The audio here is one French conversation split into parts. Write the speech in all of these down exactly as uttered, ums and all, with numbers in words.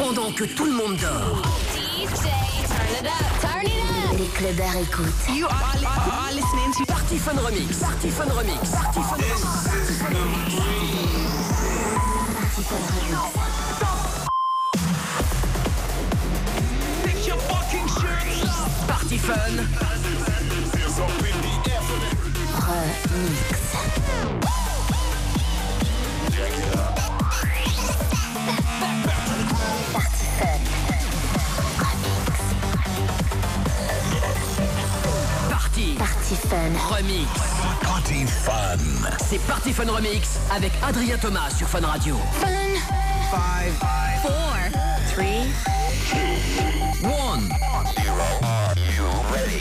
pendant que tout le monde dort. D J, turn it up, turn it up. Les clubbers écoutent. You are, li- are listening to Party Fun Remix. Party Fun Remix. Party Fun Remix. Party Fun Remix. Pick your fucking shirts up. Party Fun Remix. Party Party Fun Remix. Party Fun. C'est Party Fun Remix avec Adrien Thomas sur Fun Radio. Fun. Five, Four, three, One. are you ready?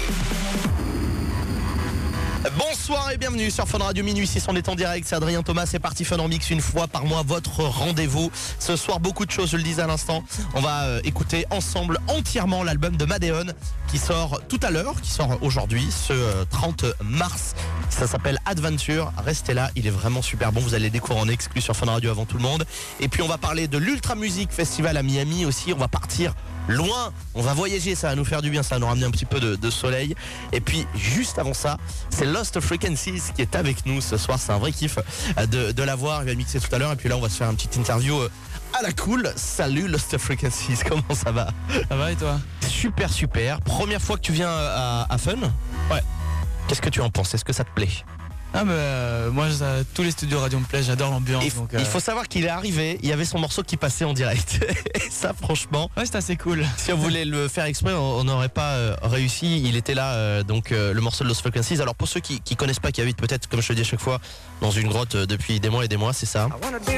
Bonsoir et bienvenue sur Fun Radio Minuit six, on est en direct, c'est Adrien Thomas, c'est Party Fun en mix une fois par mois, votre rendez-vous. Ce soir beaucoup de choses, je le disais à l'instant, on va euh, écouter ensemble entièrement l'album de Madeon qui sort tout à l'heure, qui sort aujourd'hui, ce euh, trente mars. Ça s'appelle Adventure, restez là, il est vraiment super bon, vous allez le découvrir en exclu sur Fun Radio avant tout le monde. Et puis on va parler de l'Ultra Music Festival à Miami aussi, on va partir loin, on va voyager, ça va nous faire du bien, ça va nous ramener un petit peu de, de soleil. Et puis juste avant ça, c'est Lost Frequencies qui est avec nous ce soir, c'est un vrai kiff de, de l'avoir, il va mixer tout à l'heure et puis là on va se faire une petite interview à la cool. Salut Lost Frequencies, comment ça va? Ça va et toi? Super super, première fois que tu viens à, à Fun? Ouais. Qu'est-ce que tu en penses? Est-ce que ça te plaît? Ah bah euh, moi ça, tous les studios radio me plaisent, j'adore l'ambiance. Il, donc, euh... il faut savoir qu'il est arrivé, il y avait son morceau qui passait en direct. Et ça franchement, ouais, c'est assez cool. si on voulait le faire exprès, on n'aurait pas euh, réussi. Il était là, euh, donc euh, le morceau de Lost Frequencies. Alors pour ceux qui, qui connaissent pas, qui habitent peut-être, comme je te dis à chaque fois, dans une grotte euh, depuis des mois et des mois, c'est ça.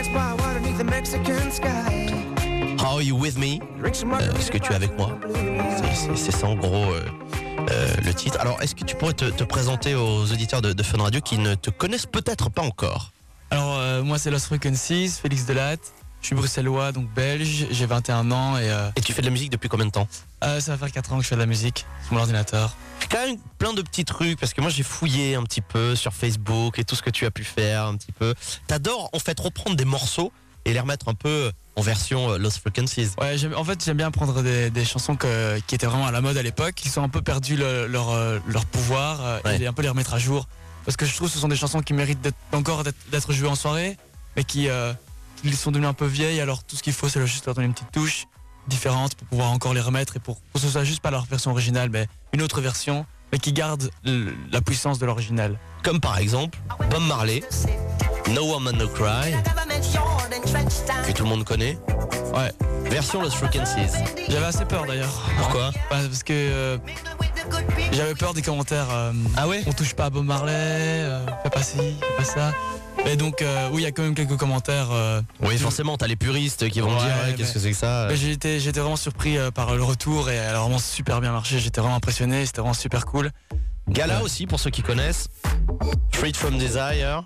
How are you with me? Euh, Est-ce que tu es avec moi? C'est- C'est c'est ça en gros euh, euh, le titre. Alors est-ce que tu pourrais te, te présenter aux auditeurs de, de Fun Radio qui ne te connaissent peut-être pas encore? Alors euh, moi c'est Lost Frequencies, Félix Delatte. Je suis bruxellois, donc belge, j'ai vingt et un ans et euh, Et tu fais de la musique depuis combien de temps? euh, ça va faire quatre ans que je fais de la musique sur mon ordinateur. Quand même plein de petits trucs, parce que moi j'ai fouillé un petit peu sur Facebook et tout ce que tu as pu faire un petit peu. T'adores en fait reprendre des morceaux et les remettre un peu en version euh, Lost Frequencies. Ouais, j'aime- en fait j'aime bien prendre des, des chansons que, qui étaient vraiment à la mode à l'époque, qui sont un peu perdu le- leur, euh, leur pouvoir euh, Ouais. et un peu les remettre à jour. Parce que je trouve que ce sont des chansons qui méritent d'être, encore d'être, d'être jouées en soirée, mais qui, euh, qui sont devenues un peu vieilles, alors tout ce qu'il faut c'est juste leur donner une petite touche différente pour pouvoir encore les remettre et pour, pour que ce soit juste pas leur version originale, mais une autre version, mais qui garde le- la puissance de l'original. Comme par exemple Bob Marley, No Woman No Cry, que tout le monde connaît. Ouais. Version Lost Frequencies. J'avais assez peur d'ailleurs. Pourquoi? Bah, parce que euh, j'avais peur des commentaires. euh, Ah ouais? On touche pas à Bob Marley, euh, fais pas ci, fais pas ça. Et donc euh, oui, il y a quand même quelques commentaires. euh, Oui, forcément, t'as les puristes qui vont Ouais, dire ouais, mais- qu'est-ce que c'est que ça? mais j'ai été, j'ai été vraiment surpris euh, par le retour et elle a vraiment super bien marché. J'étais vraiment impressionné, c'était vraiment super cool. Gala Ouais. aussi, pour ceux qui connaissent. Freed from Desire.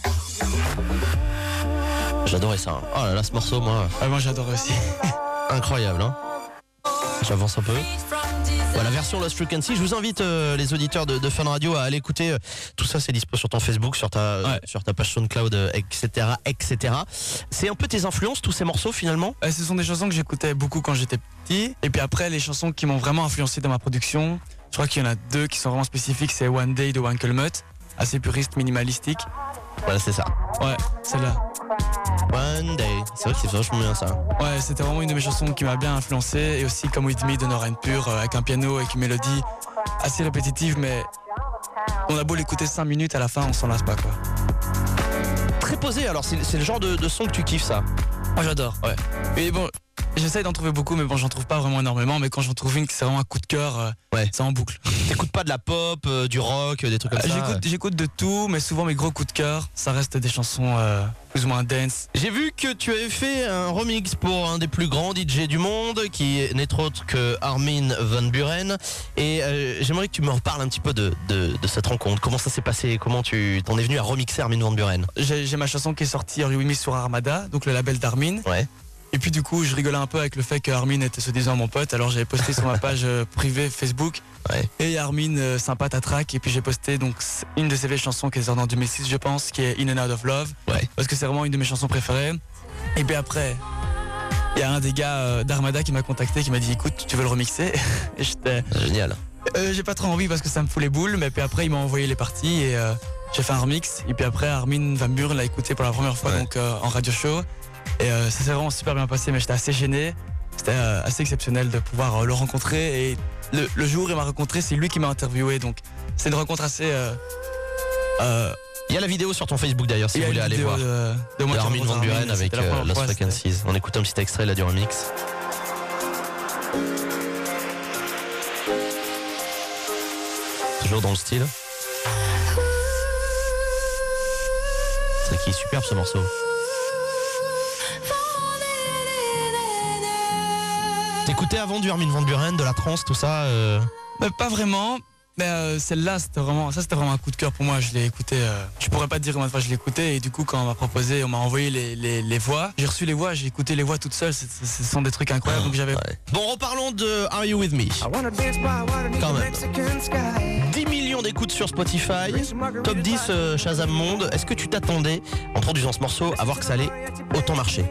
J'adorais ça. hein. Oh là là, ce morceau, moi, Ouais, moi j'adore aussi. incroyable. Hein. J'avance un peu. Voilà, version Lost Frequency. Je vous invite euh, les auditeurs de, de Fun Radio à aller écouter. euh, tout ça, c'est dispo sur ton Facebook, sur ta, euh, Ouais. sur ta page SoundCloud, euh, et cetera, et cetera. C'est un peu tes influences, tous ces morceaux, finalement. Euh, ce sont des chansons que j'écoutais beaucoup quand j'étais petit. Et puis après, les chansons qui m'ont vraiment influencé dans ma production, je crois qu'il y en a deux qui sont vraiment spécifiques. C'est One Day de Wankelmuth, assez puriste, minimalistique. Voilà, c'est ça. Ouais, celle-là. One Day. C'est vrai que c'est vachement bien ça. Ouais, c'était vraiment une de mes chansons qui m'a bien influencé. Et aussi Come With Me de Nora Pure, euh, avec un piano, avec une mélodie assez répétitive, mais on a beau l'écouter cinq minutes, à la fin on s'en lasse pas quoi. Très posé, alors c'est c'est le genre de, de son que tu kiffes, ça. Moi j'adore, ouais. Et bon, j'essaye d'en trouver beaucoup, mais bon, j'en trouve pas vraiment énormément. Mais quand j'en trouve une qui c'est vraiment un coup de cœur, euh, Ouais. c'est en boucle. T'écoutes pas de la pop, euh, du rock, euh, des trucs comme Euh, ça? J'écoute, j'écoute de tout, mais souvent mes gros coups de cœur, ça reste des chansons euh, plus ou moins dance. J'ai vu que tu avais fait un remix pour un des plus grands D J du monde, qui n'est autre que Armin van Buuren. Et euh, j'aimerais que tu me reparles un petit peu de, de, de cette rencontre. Comment ça s'est passé? Comment tu t'en es venu à remixer Armin van Buuren? J'ai j'ai ma chanson qui est sortie en remix sur Armada, donc le label d'Armin. Ouais. Et puis du coup, je rigolais un peu avec le fait que Armin était soi-disant mon pote. Alors j'avais posté sur ma page euh, privée Facebook. Ouais. Et Armin, euh, sympa ta track. Et puis j'ai posté donc c- une de ses vieilles chansons qui est sortie en deux mille six, je pense, qui est In and Out of Love. Ouais. Parce que c'est vraiment une de mes chansons préférées. Et puis après, il y a un des gars euh, d'Armada qui m'a contacté, qui m'a dit écoute, tu veux le remixer? Et j'étais. Génial. Euh, j'ai pas trop envie parce que ça me fout les boules, mais puis après il m'a envoyé les parties et euh, j'ai fait un remix. Et puis après Armin Van Buuren l'a écouté pour la première fois Ouais. donc euh, en radio show. Et euh, ça s'est vraiment super bien passé, mais j'étais assez gêné. C'était euh, assez exceptionnel de pouvoir euh, le rencontrer. Et le, le jour où il m'a rencontré, c'est lui qui m'a interviewé. Donc c'est une rencontre assez. Euh, euh, Il y a la vidéo sur ton Facebook d'ailleurs si il y vous a voulez une aller vidéo voir. De, de moi De qui Armin rencontre Van Buuren Armin, avec c'était la euh, première Lost fois, c'était- Frequencies. On écoute un petit extrait là du remix. Toujours dans le style. C'est qui est superbe ce morceau. T'écoutais avant du Armin Van Buuren, de la trance, tout ça euh... Mais pas vraiment. Mais euh, celle-là, c'était vraiment, ça c'était vraiment un coup de cœur pour moi. Je l'ai écouté. Euh, je pourrais pas te dire combien de fois je l'ai écouté. Et du coup, quand on m'a proposé, on m'a envoyé les, les, les voix. J'ai reçu les voix, j'ai écouté les voix toutes seules. C'est- c'est- Ce sont des trucs incroyables. Donc j'avais. Ouais. Bon, reparlons de Are You With Me. Quand même. dix millions d'écoutes sur Spotify, top dix euh, Shazam Monde. Est-ce que tu t'attendais, en produisant ce morceau, à voir que ça allait autant marcher?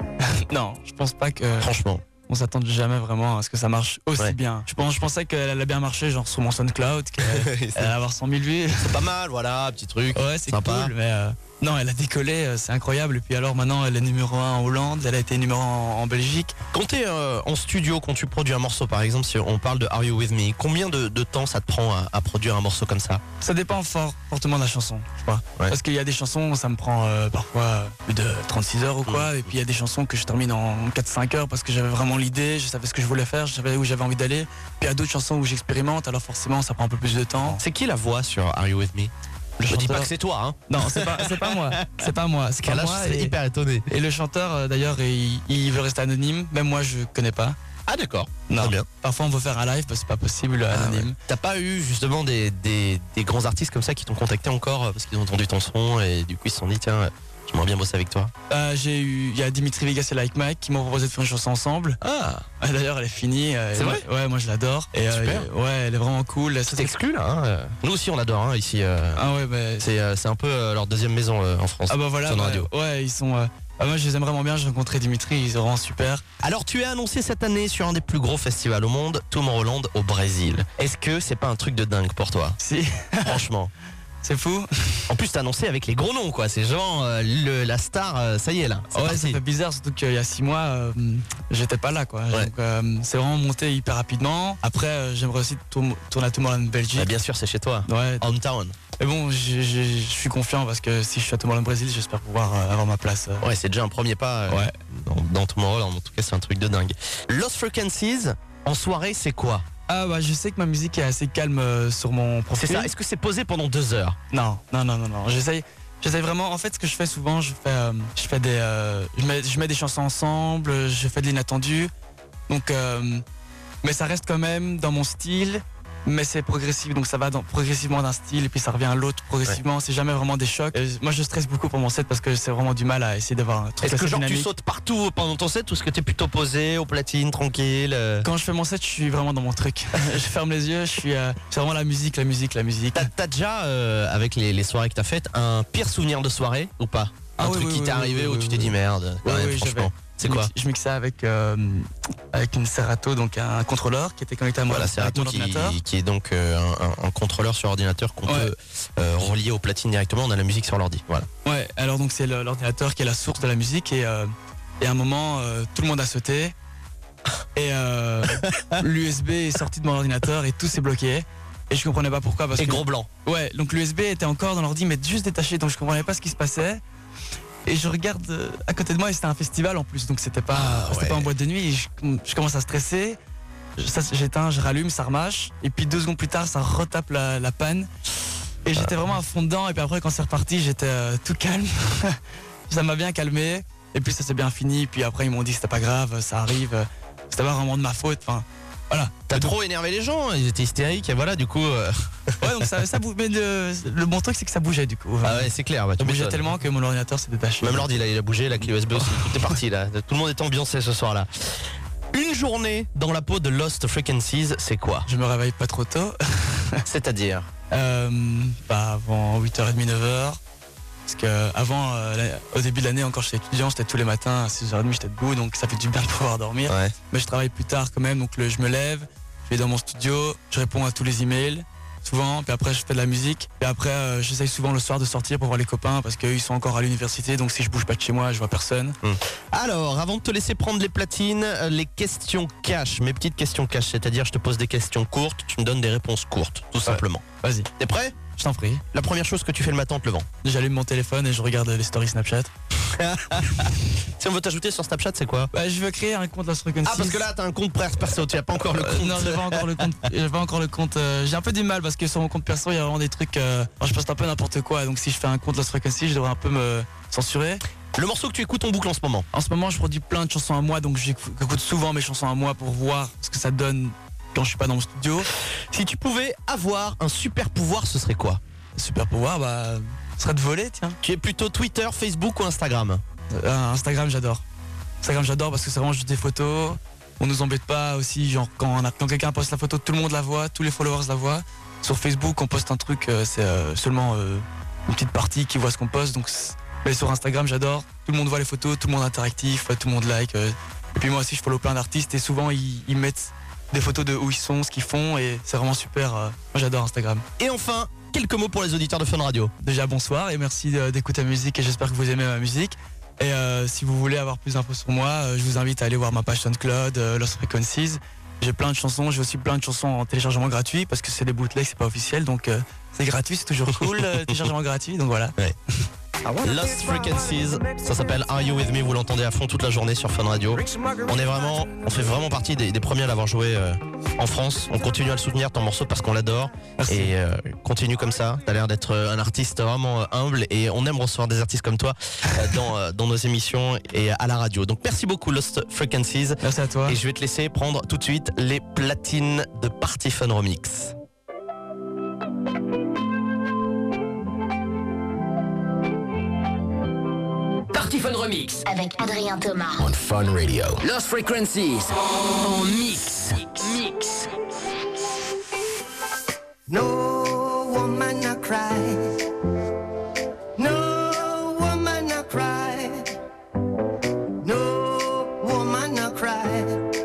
Non, je pense pas que. Franchement. On s'attend jamais vraiment à ce que ça marche aussi Ouais. bien. Je pense, je pensais qu'elle allait bien marcher, genre sur mon SoundCloud, qu'elle elle allait avoir cent mille vues. C'est pas mal, voilà, petit truc. Ouais, c'est sympa. cool, mais euh, non, elle a décollé, euh, c'est incroyable. Et puis alors maintenant, elle est numéro un en Hollande, elle a été numéro un en, en Belgique. Quand t'es euh, en studio, quand tu produis un morceau, par exemple, si on parle de Are You With Me, combien de, de temps ça te prend à, à produire un morceau comme ça? Ça dépend fort, fortement de la chanson, je crois. Ouais. Parce qu'il y a des chansons, ça me prend euh, parfois plus de trente-six heures ou quoi. Mmh. Et puis il y a des chansons que je termine en quatre cinq heures parce que j'avais vraiment l'idée, je savais ce que je voulais faire, je savais où j'avais envie d'aller. Puis il y a d'autres chansons où j'expérimente, alors forcément ça prend un peu plus de temps. C'est qui la voix sur Are You With Me? Le Je dis pas chanteur- que c'est toi, hein. Non, c'est pas, c'est pas moi. C'est pas moi. C'est pas Kalash, moi. c'est Et, hyper étonné. et le chanteur, euh, d'ailleurs, il, il veut rester anonyme. Même moi, je connais pas. Ah d'accord, Non. très bien. Parfois, on veut faire un live, bah, c'est pas possible, Ah, anonyme. ouais. T'as pas eu justement des, des, des grands artistes comme ça qui t'ont contacté encore euh, parce qu'ils ont entendu ton son et du coup ils se sont dit tiens, euh, j'aimerais bien bosser avec toi? Euh, j'ai eu, il y a Dimitri Vegas et Like Mike qui m'ont proposé de faire une chanson ensemble. Ah, Ah, D'ailleurs, elle est finie. euh, C'est et moi- vrai Ouais, moi je l'adore. Et euh, Super. ouais, elle est vraiment cool. Ça, c'est c'est- exclu là, hein. euh. Nous aussi on adore hein, ici. euh, Ah ouais, bah, C'est euh, c'est un peu euh, leur deuxième maison euh, en France. ah bah voilà. Fun bah, Radio. ouais, ils sont. euh, ah, moi, je les aime vraiment bien. J'ai rencontré Dimitri, ils sont vraiment super. Alors tu es annoncé cette année sur un des plus gros festivals au monde, Tomorrowland au Brésil. Est-ce que c'est pas un truc de dingue pour toi? Si, Franchement. c'est fou. En plus t'es annoncé avec les gros noms quoi, c'est genre euh, le- la star, euh, ça y est là. C'est Ouais, parti. ça fait bizarre, surtout qu'il y a six mois, euh, j'étais pas là, quoi. Ouais. Donc, euh, c'est vraiment monté hyper rapidement. Après, euh, j'aimerais aussi tour- tourner à Tomorrowland Belgique. Bah, bien sûr c'est chez toi. Ouais. Hometown. Mais bon, je je- je suis confiant parce que si je suis à Tomorrowland Brésil, j'espère pouvoir euh, avoir ma place. euh. Ouais, c'est déjà un premier pas euh, Ouais. dans, dans Tomorrowland. En tout cas, c'est un truc de dingue. Lost Frequencies, en soirée, c'est quoi? Ah bah, je sais que ma musique est assez calme euh, sur mon profil. C'est ça. Est-ce que c'est posé pendant deux heures? Non, non, non, non, non. J'essaye. J'essaie vraiment. En fait, ce que je fais souvent, je fais, euh, je fais des, euh, je mets, je mets des chansons ensemble. Je fais de l'inattendu. Donc, euh, mais ça reste quand même dans mon style. Mais c'est progressif, donc ça va dans, progressivement d'un style et puis ça revient à l'autre progressivement. C'est jamais vraiment des chocs. Et moi, je stresse beaucoup pour mon set parce que c'est vraiment du mal à essayer d'avoir un truc Est-ce que assez genre tu dynamique. sautes partout pendant ton set ou est-ce que t'es plutôt posé aux platines, tranquille euh Quand je fais mon set, je suis vraiment dans mon truc. Je ferme les yeux. Je suis. euh, c'est vraiment la musique, la musique, la musique. T'as t'as déjà, euh, avec les, les soirées que t'as faites, un pire souvenir de soirée ou pas? Un Ah oui, truc oui, qui oui, t'est oui, arrivé oui, où oui, tu t'es oui. dit merde, quand Oui, même, oui, franchement. j'avais. C'est Je quoi? mix- Je mixais avec, euh, avec une Serato, donc un contrôleur qui était connecté à moi Voilà, c'est avec mon Rato qui, ordinateur. qui est donc euh, un, un- un contrôleur sur ordinateur qu'on Ouais. peut euh, relier aux platines directement. On a la musique sur l'ordi. Voilà. Ouais, alors donc c'est le- l'ordinateur qui est la source de la musique et, euh, et à un moment euh, tout le monde a sauté et euh, l'U S B est sorti de mon ordinateur et tout s'est bloqué et je comprenais pas pourquoi parce Et que gros blanc. ouais, donc l'U S B était encore dans l'ordi mais juste détaché donc je comprenais pas ce qui se passait. Et je regarde euh, à côté de moi et c'était un festival en plus donc c'était pas Ah, c'était ouais. pas en boîte de nuit et je, je commence à stresser. Je- ça, J'éteins, je rallume, ça remarche et puis deux secondes plus tard ça retape la, la panne et j'étais vraiment à fond dedans et puis après quand c'est reparti j'étais euh, tout calme. Ça m'a bien calmé et puis ça s'est bien fini puis après ils m'ont dit que c'était pas grave, ça arrive, c'était pas vraiment de ma faute. Enfin voilà. T'as trop énervé les gens, ils étaient hystériques et voilà, du coup. euh, Ouais donc ça, ça bou- mais le, le bon truc c'est que ça bougeait du coup. Ah ouais, c'est clair. Bah, tu Ça bougeait m'étonnes. tellement que mon ordinateur s'est détaché. Même l'ordi, là, il a bougé, la clé U S B aussi. Tout est parti là. Tout le monde est ambiancé ce soir-là. Une journée dans la peau de Lost Frequencies, c'est quoi? Je me réveille pas trop tôt. C'est-à-dire Euh, bah avant huit heures trente, neuf heures. Parce qu'avant, euh, au début de l'année, encore j'étais étudiant, j'étais tous les matins à six heures trente, j'étais debout, donc ça fait du bien de pouvoir dormir. Ouais. Mais je travaille plus tard quand même, donc le, je me lève, je vais dans mon studio, je réponds à tous les emails, souvent, puis après je fais de la musique. Et après, euh, j'essaye souvent le soir de sortir pour voir les copains, parce qu'eux ils sont encore à l'université, donc si je bouge pas de chez moi, je vois personne. Hum. Alors, avant de te laisser prendre les platines, euh, les questions cash, mes petites questions cash, c'est-à-dire je te pose des questions courtes, tu me donnes des réponses courtes, tout simplement. Vas-y, T'es prêt? je t'en prie. La première chose que tu fais le matin en te levant. J'allume mon téléphone et je regarde les stories Snapchat. Si on veut t'ajouter sur Snapchat, c'est quoi? Bah, je veux créer un compte Lost Frequencies. Ah, parce que là, t'as un compte perso, tu n'as pas encore le Euh, compte. non, j'ai pas encore le compte. J'ai pas encore le compte. euh, j'ai un peu du mal parce que sur mon compte perso, il y a vraiment des trucs. Euh, enfin, je poste un peu n'importe quoi. Donc si je fais un compte Lost Frequencies, je devrais un peu me censurer. Le morceau que tu écoutes en boucle en ce moment. En ce moment, je produis plein de chansons à moi, donc j'écoute souvent mes chansons à moi pour voir ce que ça donne quand je suis pas dans mon studio. Si tu pouvais avoir un super pouvoir, ce serait quoi? Super pouvoir, bah, ce serait de voler, tiens. Tu es plutôt Twitter, Facebook ou Instagram? Euh, Instagram, j'adore. Instagram, j'adore parce que c'est vraiment juste des photos. On nous embête pas aussi, genre quand, on a- quand quelqu'un poste la photo, tout le monde la voit, tous les followers la voient. Sur Facebook, on poste un truc, euh, c'est euh, seulement euh, une petite partie qui voit ce qu'on poste. Donc, c'est- mais sur Instagram, j'adore. Tout le monde voit les photos, tout le monde est interactif, tout le monde like. euh. Et puis moi aussi, je follow plein d'artistes et souvent ils, ils mettent des photos de où ils sont, ce qu'ils font et c'est vraiment super. euh. Moi, j'adore Instagram. Et enfin, quelques mots pour les auditeurs de Fun Radio. Déjà, bonsoir et merci de- d'écouter la musique et j'espère que vous aimez ma musique. Et euh, si vous voulez avoir plus d'infos sur moi, euh, je vous invite à aller voir ma page SoundCloud, euh, Lost Frequencies. J'ai plein de chansons, j'ai aussi plein de chansons en téléchargement gratuit parce que c'est des bootlegs, c'est pas officiel, donc euh, c'est gratuit, c'est toujours cool, euh, téléchargement gratuit, donc voilà. Lost Frequencies, ça s'appelle Are You With Me, vous l'entendez à fond toute la journée sur Fun Radio. On est vraiment, on fait vraiment partie des, des premiers à l'avoir joué euh, en France. On continue à le soutenir, ton morceau, parce qu'on l'adore. Merci. Et euh, continue comme ça, t'as l'air d'être euh, un artiste vraiment euh, humble et on aime recevoir des artistes comme toi euh, dans, euh, dans nos émissions et à la radio. Donc merci beaucoup Lost Frequencies. Merci à toi. Et je vais te laisser prendre tout de suite les platines de Party Fun Remix. Party Fun Remix. Avec Adrien Thomas. On Fun Radio. Lost Frequencies. En mix. Mix. No woman a cry. No woman a cry. No woman a cry.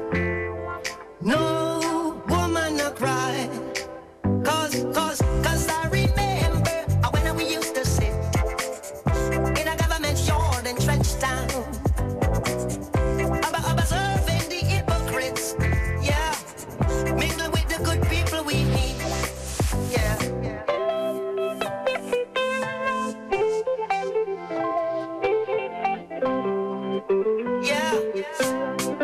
No woman a cry. Cause, cause, cause I remember when we used to sit in a government yard in Trenchtown, Ob- observing the hypocrites, yeah, mingle with the good people we need, yeah. Yeah.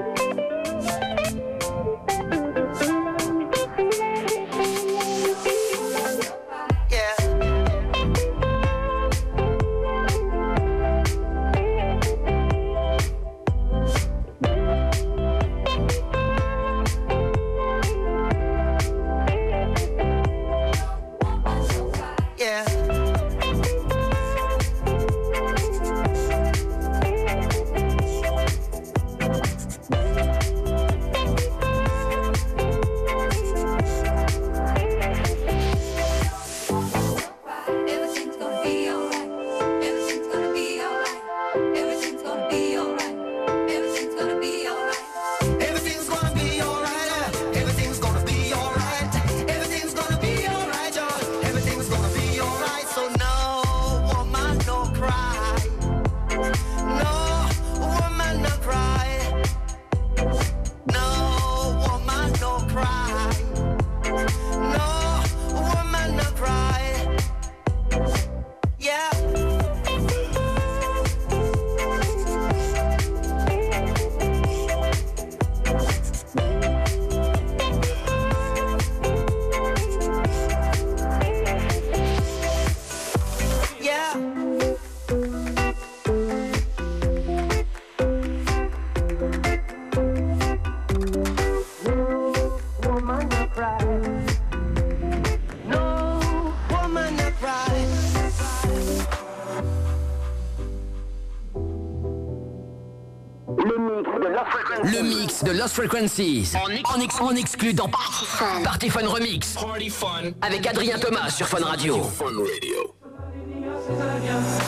Yeah. Yeah. Everything's gonna be alright. Everything's gonna be alright. Everything's gonna be alright. Everything's gonna be alright. Everything's gonna be alright. uh, Everything's gonna be alright. Everything's gonna be alright, y'all. Everything's gonna be alright. So no woman, no cry. No woman, no cry. No woman, no cry. No woman, no cry. Yeah. Yeah. No woman no cry. No woman no cry. Le mix de Lost Frequencies. En, ex- en, ex- en exclu dans Party Fun. Party Fun Remix. Avec Adrien Thomas sur Fun Radio. Fun Radio.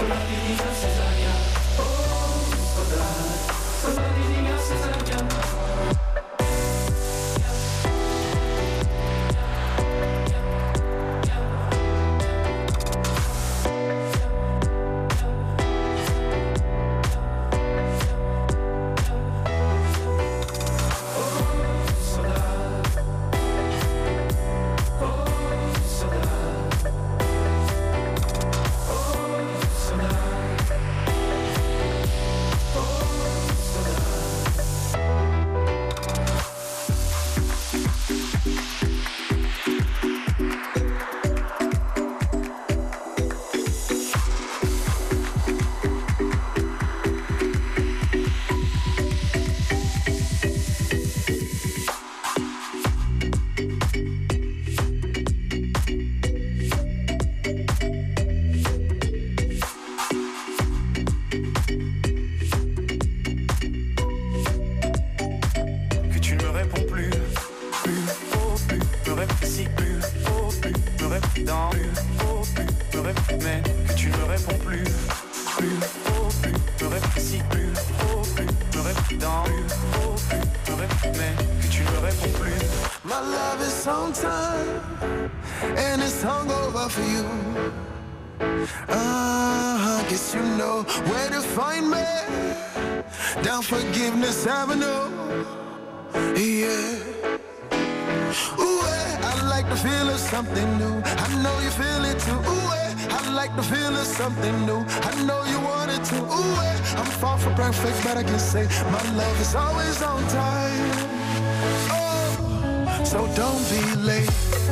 Something new, I know you wanted to. Ooh, I'm far from perfect, but I can say my love is always on time. Oh, so don't be late.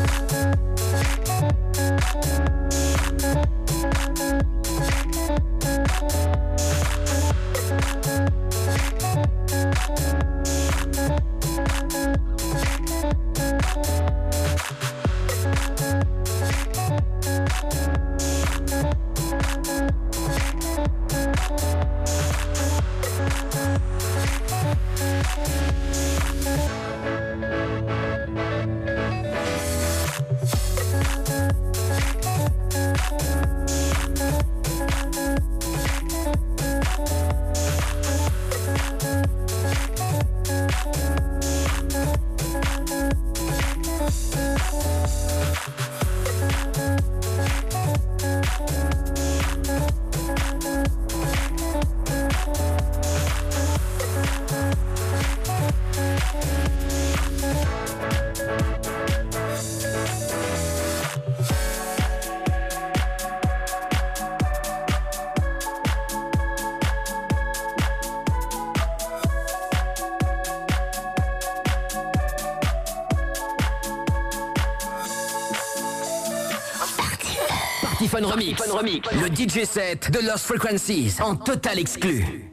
Fun Remix, Fun Remix, le D J set de Lost Frequencies en total exclu.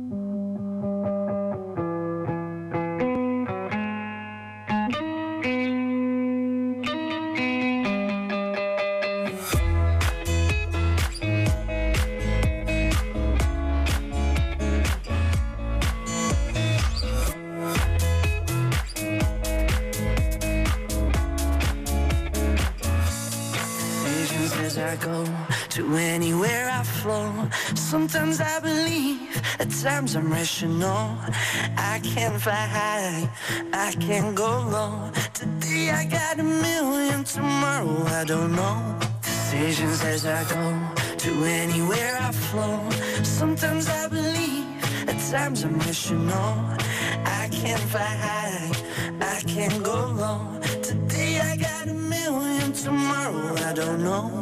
Sometimes I believe, at times I'm rational. I can fly high, I can go low. Today I got a million, tomorrow I don't know. Decisions as I go, to anywhere I flow. Sometimes I believe, at times I'm rational. I can fly high, I can go low. Today I got a million, tomorrow I don't know.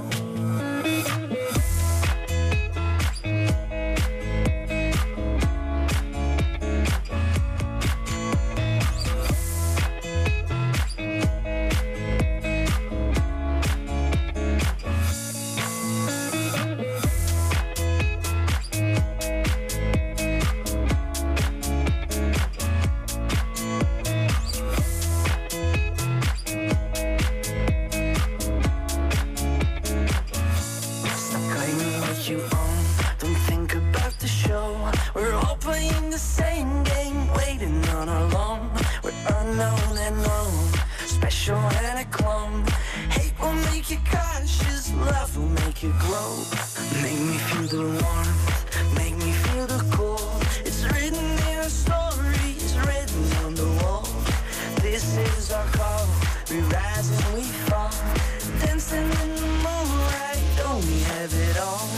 make you cautious. Love will make you glow. Make me feel the warmth, make me feel the cold. It's written in our stories, written on the wall. This is our call, we rise and we fall. Dancing in the moonlight, don't we have it all?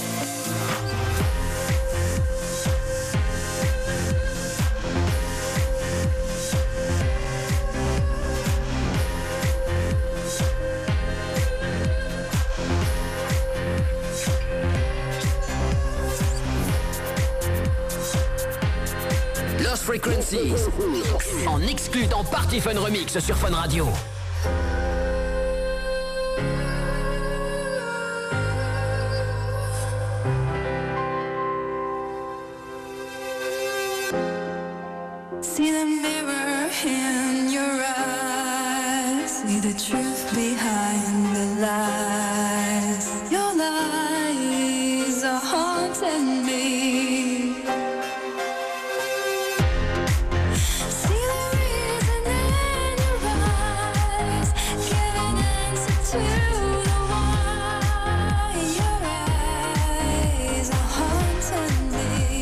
Lost Frequencies, en exclu dans Party Fun Remix sur Fun Radio. See the mirror in your eyes. See the truth behind the lies. Your lies are haunting me. See the reason in your eyes. Give an answer to the why. Your eyes are haunting me.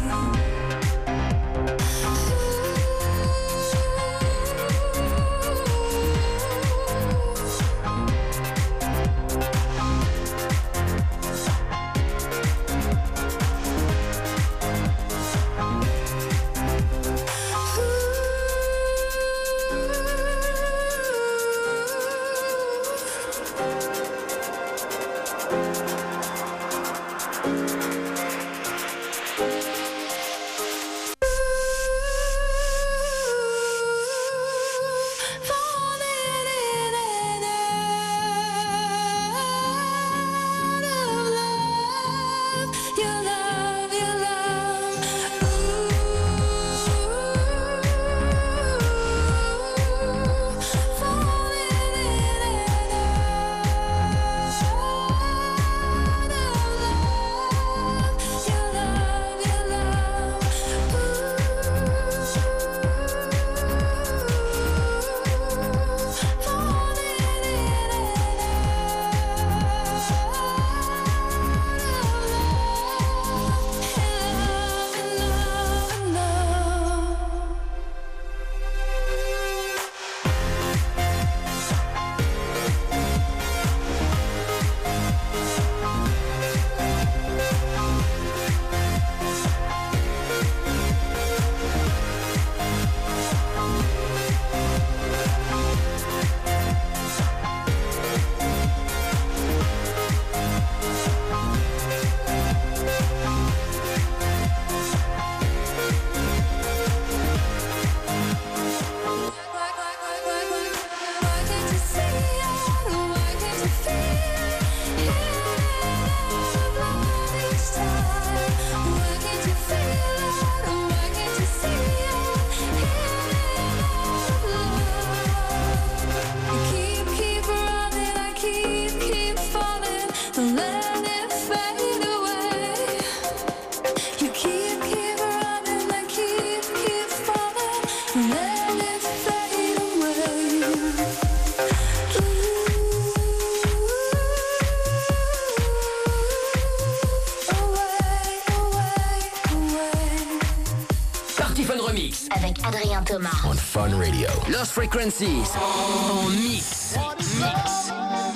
Avec Adrien Thomas. On Fun Radio. Lost Frequencies, en mix. Mix.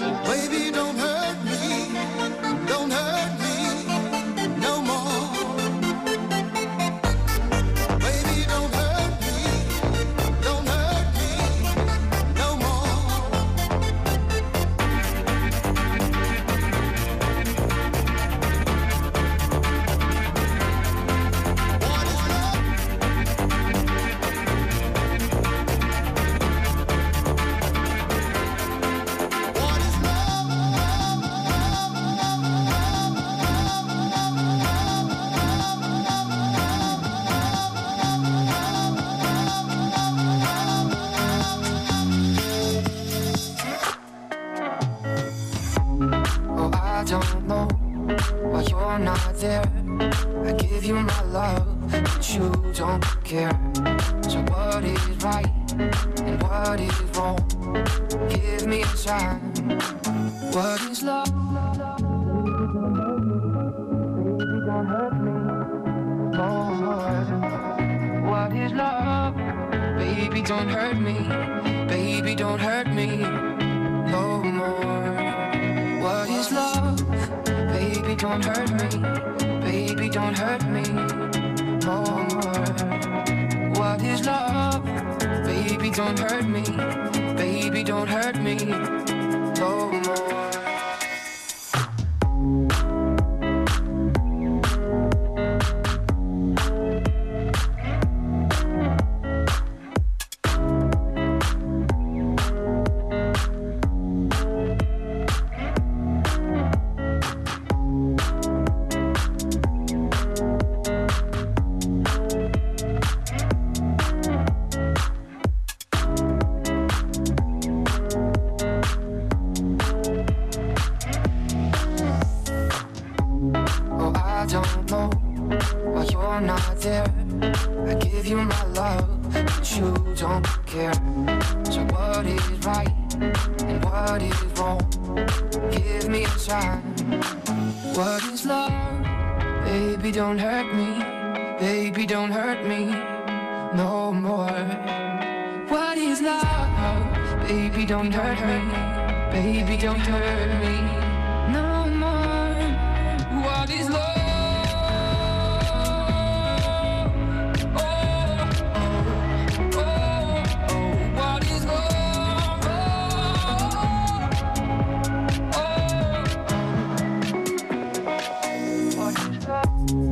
Baby, don't hurt me, don't hurt me no more. Baby, don't hurt me, don't hurt me no more. What is love? What is Oh, I don't know why you're not there. I give you my love, but you don't care. So what is right and what is wrong? Give me a sign. What is love? Baby, don't hurt me no more. What is love? Baby, don't hurt me. Baby, don't hurt me no more. What is love? Baby, don't hurt me. Baby, don't hurt me no more. What is love? Baby, don't hurt me. Baby, don't hurt me no more. Don't hurt me, baby, don't hurt me no more. What is love? Oh, oh, oh, oh. What is love? Oh, oh, oh. What is love?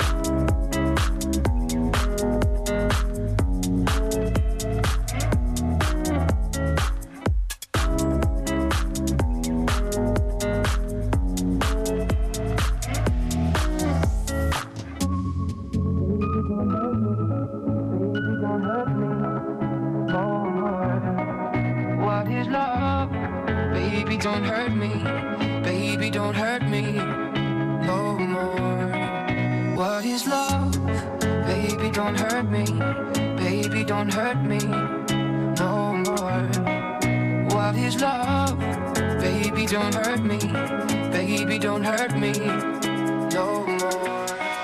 Don't hurt me, baby, don't hurt me no more. What is love? Baby, don't hurt me, baby, don't hurt me no more. What is love? Baby, don't hurt me, baby, don't hurt me no more.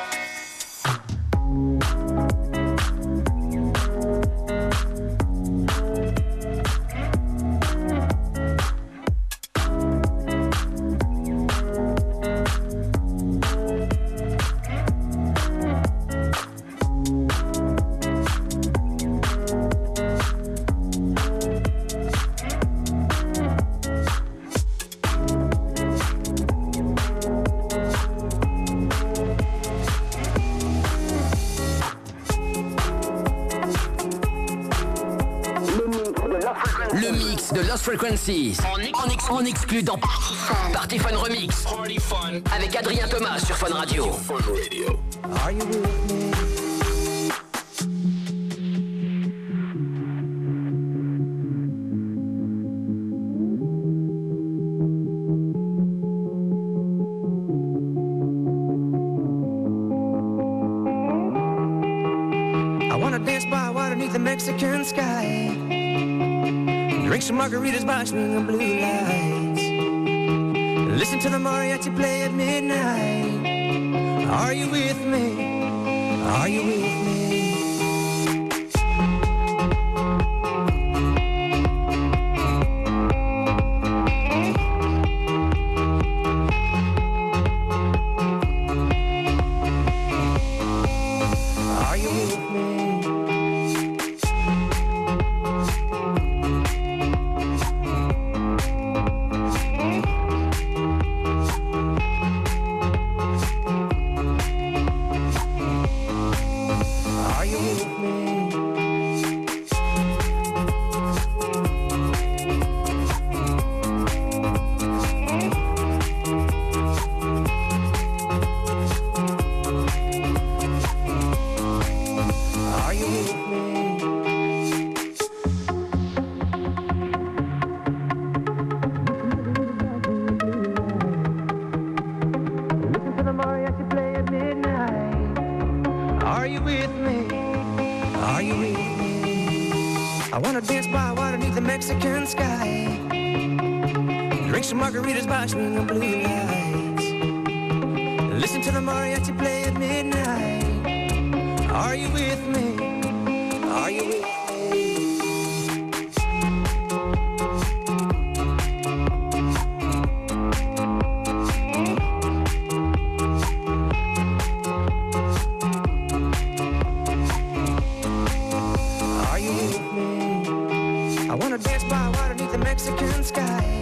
Le mix de Lost Frequencies en, en, ex, en exclu dans Party Fun Remix avec Adrien Thomas sur Fun Radio. Are you with me? I wanna dance by water beneath the Mexican sky. Drink some margaritas by swinging blue lights. Listen to the mariachi play at midnight. Are you with me? Are you with me? Are you with me? Drink some margaritas by swinging blue lights. Listen to the mariachi play at midnight. Are you with me? Are you with me? Are you with me? I wanna dance by water beneath the Mexican sky.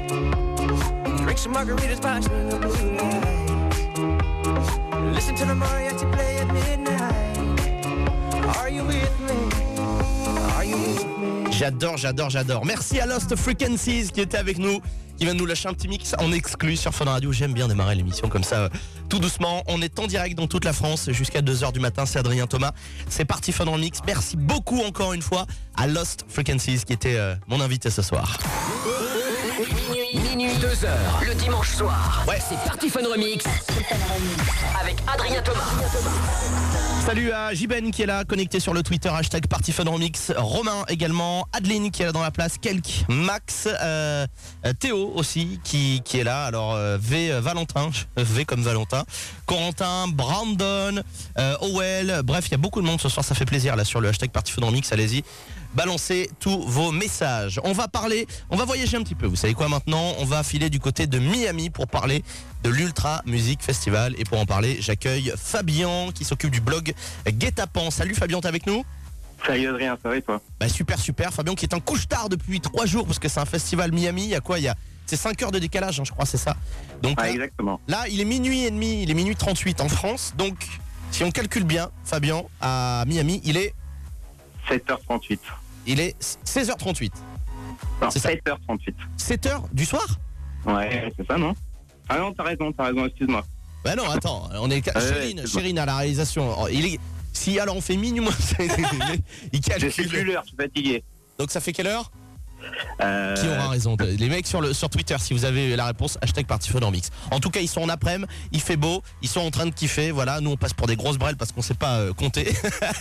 Drink some margaritas by swinging blue lights. Listen to the mariachi play at midnight. Are you with me? Are you with me? J'adore, j'adore, j'adore. Merci à Lost Frequencies qui était avec nous, qui vient de nous lâcher un petit mix en exclu sur Fun Radio. J'aime bien démarrer l'émission comme ça, euh, tout doucement. On est en direct dans toute la France jusqu'à deux heures du matin. C'est Adrien Thomas. C'est parti Fun Mix. Merci beaucoup encore une fois à Lost Frequencies qui était euh, mon invité ce soir. Minuit, minuit, deux heures, le dimanche soir. Ouais, c'est Party Fun Remix avec Adrien Thomas. Salut à Jiben qui est là, connecté sur le Twitter, hashtag Party Fun Remix. Romain également, Adeline qui est là dans la place, Kelk, Max, euh, euh, Théo aussi qui, qui est là. Alors euh, V euh, Valentin, V comme Valentin, Corentin, Brandon, euh, Owell. Bref, il y a beaucoup de monde ce soir, ça fait plaisir là sur le hashtag Party Fun Remix. Allez-y. Balancez tous vos messages. On va parler, on va voyager un petit peu. Vous savez quoi maintenant? On va filer du côté de Miami pour parler de l'Ultra Music Festival. Et pour en parler, j'accueille Fabien qui s'occupe du blog Guet-apens. Salut Fabien, t'es avec nous? Salut Adrien, ça va et toi? Bah super super. Fabien qui est en couche-tard depuis trois jours parce que c'est un festival Miami. Il y a quoi? Il y a c'est cinq heures de décalage, hein, je crois, c'est ça. Donc ah, là, exactement. Là, il est minuit et demi, il est minuit trente-huit en France. Donc si on calcule bien, Fabien, à Miami, il est sept heures trente-huit. Il est seize heures trente-huit. Non, c'est ça. sept heures trente-huit. sept heures du soir? Ouais, c'est ça, non? Ah non, t'as raison, t'as raison, excuse-moi. Bah non, attends, on est Ouais, Chérine, ouais, Chérine à la réalisation. Il est... Si alors on fait minuit moins, il calcule. Je sais plus l'heure, je suis fatigué. Donc ça fait quelle heure? Euh... Qui aura raison? Les mecs sur, le, sur Twitter, si vous avez la réponse, hashtag Party Fun Mix. En tout cas, ils sont en après-midi, il fait beau, ils sont en train de kiffer. Voilà, nous on passe pour des grosses brelles parce qu'on sait pas euh, compter.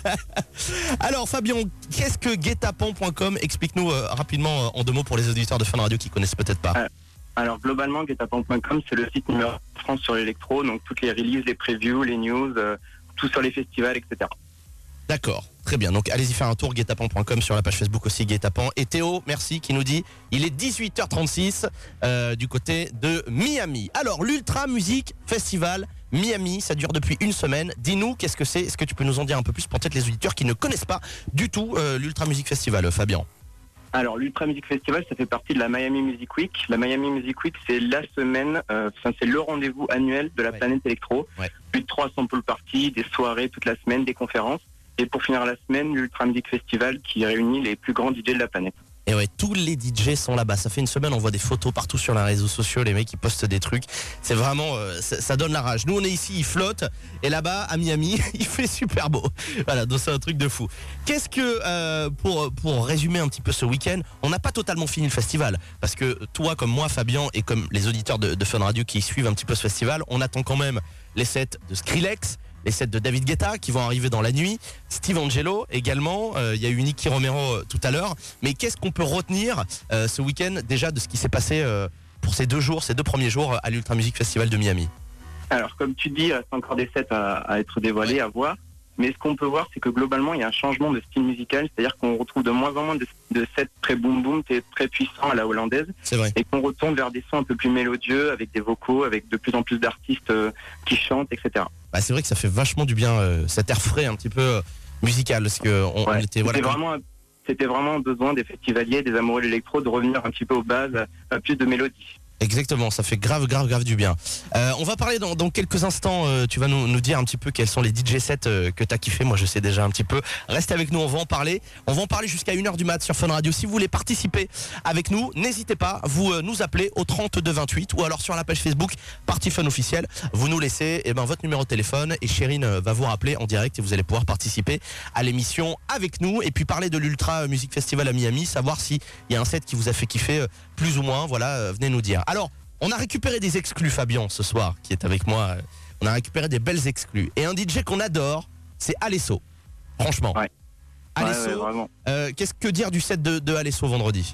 Alors Fabien, qu'est-ce que guet-apens point com? Explique-nous euh, rapidement euh, en deux mots pour les auditeurs de Fun Radio qui connaissent peut-être pas. Euh, alors globalement, guet-apens point com c'est le site numéro un de France sur l'électro, donc toutes les releases, les previews, les news, euh, tout sur les festivals, et cetera. D'accord, très bien. Donc allez-y faire un tour, guet-apens point com, sur la page Facebook aussi, Guet-apens. Et Théo, merci, qui nous dit, il est dix-huit heures trente-six euh, du côté de Miami. Alors, l'Ultra Music Festival Miami, ça dure depuis une semaine. Dis-nous, qu'est-ce que c'est? Est-ce que tu peux nous en dire un peu plus pour peut-être les auditeurs qui ne connaissent pas du tout euh, l'Ultra Music Festival, euh, Fabien? Alors, l'Ultra Music Festival, ça fait partie de la Miami Music Week. La Miami Music Week, c'est la semaine, euh, enfin, c'est le rendez-vous annuel de la Ouais. planète électro. Ouais. Plus de trois cents pool parties, des soirées toute la semaine, des conférences. Et pour finir la semaine, l'Ultra Music Festival qui réunit les plus grands D J de la planète. Et ouais, tous les D J sont là-bas. Ça fait une semaine, on voit des photos partout sur les réseaux sociaux, les mecs qui postent des trucs. C'est vraiment, euh, ça, ça donne la rage. Nous, on est ici, il flotte, et là-bas, à Miami, il fait super beau. Voilà, donc c'est un truc de fou. Qu'est-ce que, euh, pour, pour résumer un petit peu ce week-end, on n'a pas totalement fini le festival, parce que toi, comme moi, Fabien, et comme les auditeurs de, de Fun Radio qui suivent un petit peu ce festival, on attend quand même les sets de Skrillex, les sets de David Guetta qui vont arriver dans la nuit, Steve Angelo également, il euh, y a eu Nicky Romero euh, tout à l'heure. Mais qu'est-ce qu'on peut retenir euh, ce week-end déjà de ce qui s'est passé euh, pour ces deux jours, ces deux premiers jours à l'Ultra Music Festival de Miami? Alors, comme tu dis, il reste encore des sets à, à être dévoilés, à voir. Mais ce qu'on peut voir, c'est que globalement, il y a un changement de style musical. C'est-à-dire qu'on retrouve de moins en moins de, de sets très boom-boom, très puissants à la hollandaise. C'est vrai. Et qu'on retourne vers des sons un peu plus mélodieux, avec des vocaux, avec de plus en plus d'artistes euh, qui chantent, et cetera. Bah, c'est vrai que ça fait vachement du bien, euh, cet air frais un petit peu euh, musical. Parce que on, Ouais. on était, voilà, C'était vraiment, c'était vraiment un besoin des festivaliers, des amoureux de l'électro, de revenir un petit peu aux bases, à, à plus de mélodie. Exactement, ça fait grave, grave, grave du bien. Euh, on va parler dans, dans quelques instants, euh, tu vas nous, nous dire un petit peu quels sont les D J sets euh, que tu as kiffé. Moi je sais déjà un petit peu. Reste avec nous, on va en parler. On va en parler jusqu'à une heure du mat sur Fun Radio. Si vous voulez participer avec nous, n'hésitez pas, vous euh, nous appelez au trente-deux vingt-huit ou alors sur la page Facebook Party Fun officiel. Vous nous laissez eh ben, votre numéro de téléphone et Chérine euh, va vous rappeler en direct et vous allez pouvoir participer à l'émission avec nous et puis parler de l'Ultra Music Festival à Miami, savoir s'il y a un set qui vous a fait kiffer euh, plus ou moins. Voilà, euh, venez nous dire. Alors, on a récupéré des exclus, Fabien, ce soir, qui est avec moi. On a récupéré des belles exclus. Et un D J qu'on adore, c'est Alesso. Franchement. Ouais. Alesso, Ouais, ouais, vraiment. euh, qu'est-ce que dire du set de, de Alesso vendredi?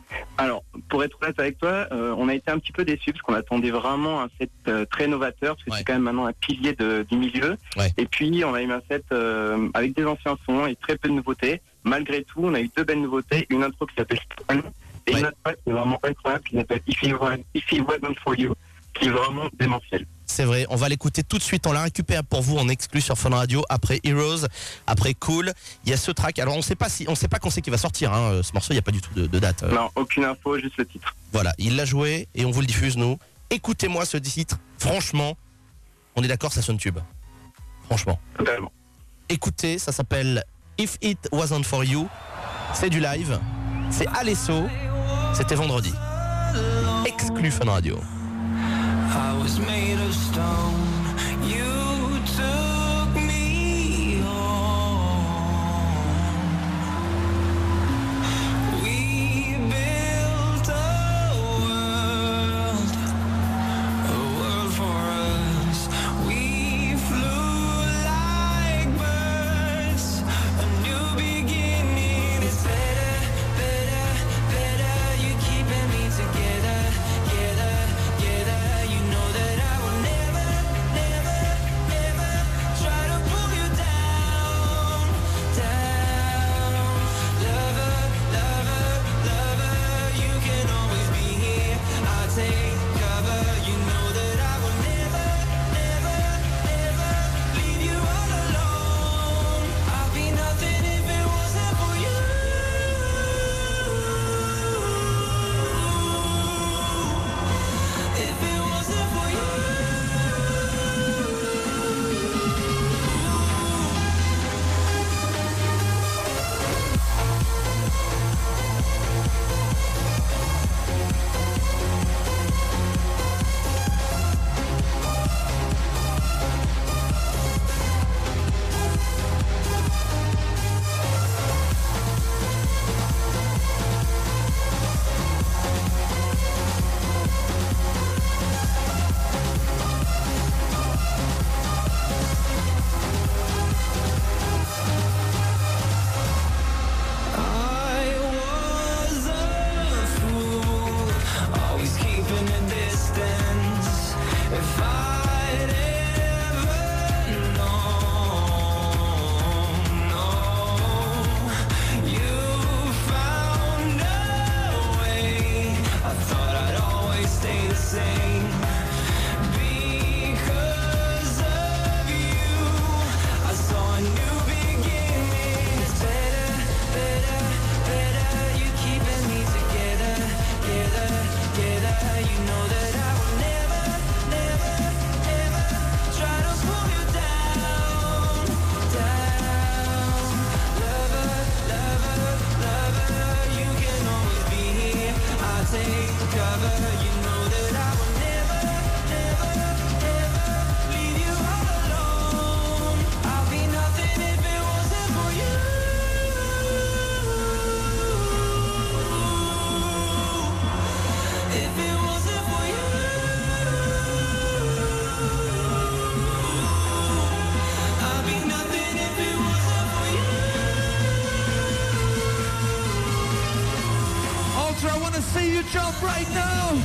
Alors, pour être honnête avec toi, euh, on a été un petit peu déçus parce qu'on attendait vraiment un set euh, très novateur, parce que Ouais. c'est quand même maintenant un pilier de, du milieu. Ouais. Et puis, on a eu un set euh, avec des anciens sons et très peu de nouveautés. Malgré tout, on a eu deux belles nouveautés. Une intro qui s'appelle Stone et Ouais. une autre qui est vraiment incroyable qui s'appelle If It Wa- If It Wasn't For You, qui est vraiment démentiel. C'est vrai, on va l'écouter tout de suite, on la récupère pour vous en exclu sur Fun Radio après Heroes, après Cool. Il y a ce track, alors on sait pas si, on sait pas quand c'est qu'il va sortir, hein, ce morceau, il n'y a pas du tout de, de date. euh. Non, aucune info, juste le titre. Voilà, il l'a joué et on vous le diffuse nous. Écoutez-moi ce titre, franchement, on est d'accord, ça sonne tube. Franchement. Totalement. Écoutez, ça s'appelle If It Wasn't For You, c'est du live, c'est Alesso, c'était vendredi. Exclu Fun Radio. I was made of stone. You took me home. We built a world, a world for us. We flew like birds. A new beginning is better, better, better. You keeping me together, together, together. You know that I will never, never, never try to pull you down, down. Lover, lover, lover, you can always be here. I'll take cover. You know that I will never, never, never leave you all alone. I'll be nothing if it wasn't for you. If it wasn't for you. I was a fool, always keeping a distance. If I'd ever known, no, you found a way. I thought I'd always stay the same. Because of you, I saw a new beginning. It's better, better, better. You keeping me together, together, together. You know that I will never, never, ever try to pull you down, down. Lover, lover, lover, you can always be here. I'll take cover. You know that I will never, never, ever leave you all alone. I'll be nothing if it wasn't for you. If it wasn't for you, I'd be nothing if it wasn't for you. Ultra, I want to see you jump right now.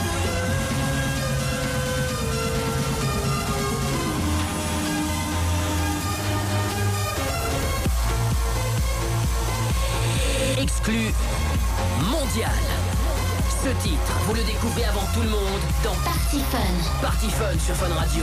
Exclu mondial. Ce titre, vous le découvrez avant tout le monde dans Party Fun. Party Fun sur Fun Radio.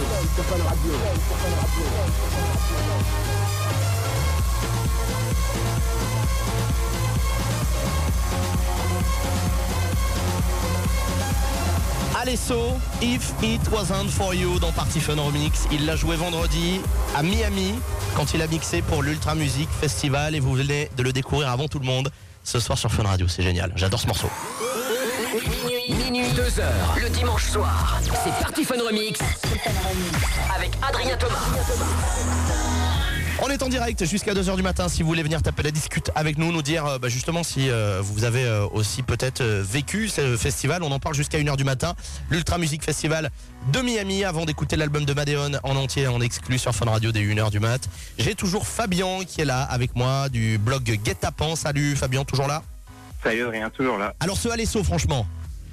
Alesso, If It Wasn't For You dans Party Fun Remix. Il l'a joué vendredi à Miami quand il a mixé pour l'Ultra Music Festival et vous venez de le découvrir avant tout le monde ce soir sur Fun Radio. C'est génial, j'adore ce morceau. Minuit, deux heures, le dimanche soir. C'est Party Fun Remix avec Adrien Thomas. On est en direct jusqu'à deux heures du matin si vous voulez venir taper la discute avec nous, nous dire euh, bah, justement si euh, vous avez euh, aussi peut-être euh, vécu ce festival. On en parle jusqu'à une heure du matin. L'Ultra Music Festival de Miami avant d'écouter l'album de Madeon en entier en exclu sur Fun Radio dès une heure du mat. J'ai toujours Fabien qui est là avec moi du blog Guet-Apens. Salut Fabien, toujours là? Salut Adrien, toujours là. Alors ce Alesso, franchement.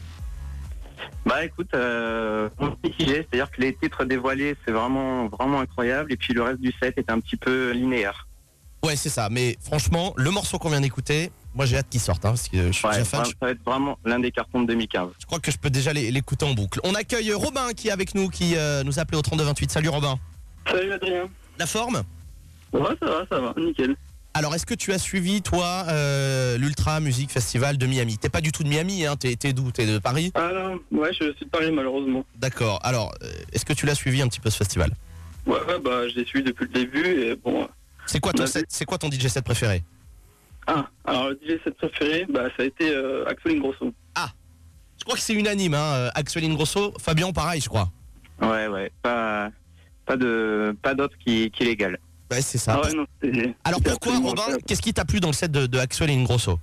Bah écoute, euh, on est mitigé, c'est-à-dire que les titres dévoilés, c'est vraiment, vraiment incroyable, et puis le reste du set est un petit peu linéaire. Ouais, c'est ça, mais franchement, le morceau qu'on vient d'écouter, moi j'ai hâte qu'il sorte, hein, parce que je suis Ouais, déjà fan. ça va être vraiment l'un des cartons de deux mille quinze. Je crois que je peux déjà l'é- l'écouter en boucle. On accueille Robin qui est avec nous, qui euh, nous a appelé au trente-deux vingt-huit. Salut Robin. Salut Adrien. La forme? Ouais, ça va, ça va, nickel. Alors, est-ce que tu as suivi, toi, euh, l'Ultra Music Festival de Miami? T'es pas du tout de Miami, hein? T'es, t'es d'où? T'es de Paris? Ah non, ouais, je suis de Paris malheureusement. D'accord. Alors, euh, est-ce que tu l'as suivi un petit peu ce festival? Ouais, ouais, bah je l'ai suivi depuis le début, et bon... C'est quoi ton, on a set- c'est quoi ton D J set préféré? Ah, alors le D J set préféré, bah ça a été euh, Axel Ingrosso. Je crois que c'est unanime, hein? euh, Axel Ingrosso, Fabien, pareil, je crois. Ouais, ouais, pas, pas de, pas d'autre qui, qui est légal. Ouais, c'est ça. Ah ouais, non, c'était- Alors c'était pourquoi, absolument Robin, incroyable. qu'est-ce qui t'a plu dans le set de, de Axel Ingrosso?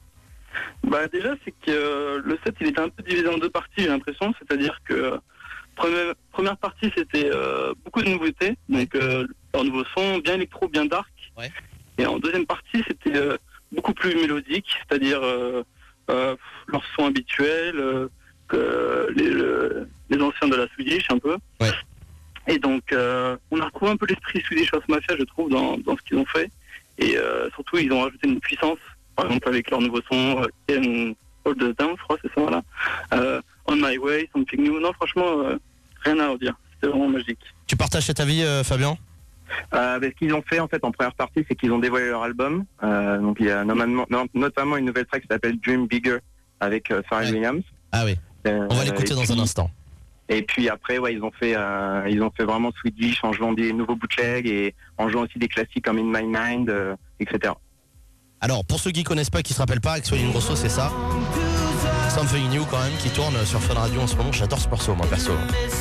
Bah déjà, c'est que euh, le set, il était un peu divisé en deux parties, j'ai l'impression. C'est-à-dire que euh, première, première partie, c'était euh, beaucoup de nouveautés, donc euh, leur nouveau son, bien électro, bien dark. Ouais. Et en deuxième partie, c'était euh, beaucoup plus mélodique, c'est-à-dire euh, euh, leur son habituel, euh, que les, le- les anciens de la Swedish un peu. Ouais. Et donc, euh, on a retrouvé un peu l'esprit Swedish House Mafia, je trouve, dans, dans ce qu'ils ont fait. Et euh, surtout, ils ont rajouté une puissance, par exemple avec leur nouveau son, euh, Can Hold Us Down, je crois, c'est ça, voilà. Euh, On My Way, Something New. Non, franchement, euh, rien à redire. C'était vraiment magique. Tu partages cet avis, euh, Fabien? Euh, ben, ce qu'ils ont fait en fait en première partie, c'est qu'ils ont dévoilé leur album. Euh, donc il y a notamment, non- notamment une nouvelle track qui s'appelle Dream Bigger avec euh, Pharrell Ouais. Williams. Ah oui, Euh, on va l'écouter et dans puis- un instant. Et puis après, ouais, ils ont fait, euh, ils ont fait vraiment Swedish en jouant des nouveaux bootlegs et en jouant aussi des classiques comme In My Mind, euh, et cetera. Alors, pour ceux qui connaissent pas, qui se rappellent pas, Axel Ingrosso, c'est ça. Something New quand même, qui tourne sur Fun Radio en ce moment. J'adore ce morceau, moi, perso.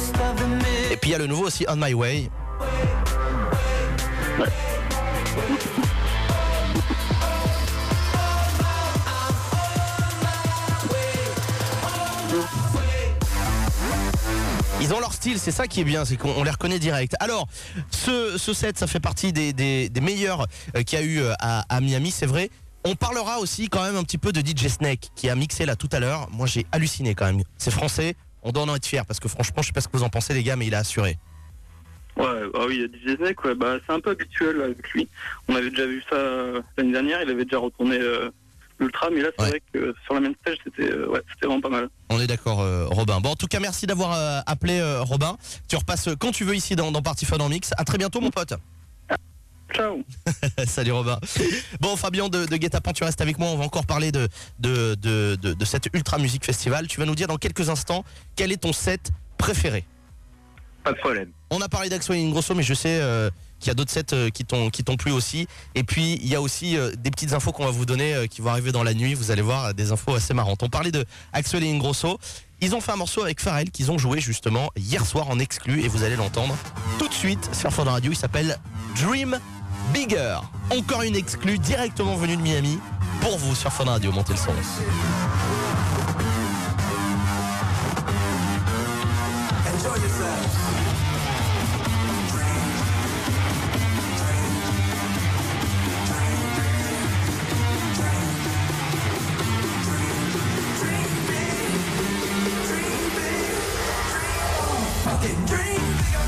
Et puis il y a le nouveau aussi, On My Way. Ils ont leur style, c'est ça qui est bien, c'est qu'on on les reconnaît direct. Alors, ce, ce set, ça fait partie des, des, des meilleurs euh, qu'il y a eu euh, à, à Miami, c'est vrai. On parlera aussi quand même un petit peu de D J Snake qui a mixé là tout à l'heure. Moi j'ai halluciné quand même. C'est français, on doit en être fier parce que franchement je sais pas ce que vous en pensez les gars, mais il a assuré. Ouais, ah oui, D J Snake, ouais, bah, c'est un peu habituel avec lui. On avait déjà vu ça euh, l'année dernière, il avait déjà retourné euh, l'Ultra, mais là c'est Ouais. vrai que sur la même stage, c'était euh, ouais, c'était vraiment pas mal. On est d'accord euh, Robin. Bon en tout cas merci d'avoir euh, appelé euh, Robin. Tu repasses quand tu veux ici dans, dans Party Fun en mix. À très bientôt mon pote. Ciao. Salut Robin. Bon Fabien de, de Guet-Apens, tu restes avec moi, on va encore parler de, de, de, de, de cette Ultra Music Festival. Tu vas nous dire dans quelques instants quel est ton set préféré. Pas de problème. On a parlé d'Axel Ingrosso, mais je sais euh, qu'il y a d'autres sets euh, qui t'ont qui t'ont plu aussi. Et puis il y a aussi euh, des petites infos qu'on va vous donner euh, qui vont arriver dans la nuit. Vous allez voir euh, des infos assez marrantes. On parlait de Axel et Ingrosso. Ils ont fait un morceau avec Pharrell qu'ils ont joué justement hier soir en exclu et vous allez l'entendre tout de suite sur Fun Radio. Il s'appelle Dream Bigger. Encore une exclue directement venue de Miami pour vous sur Fun Radio. Montez le son. Enjoy yourself. Fucking dream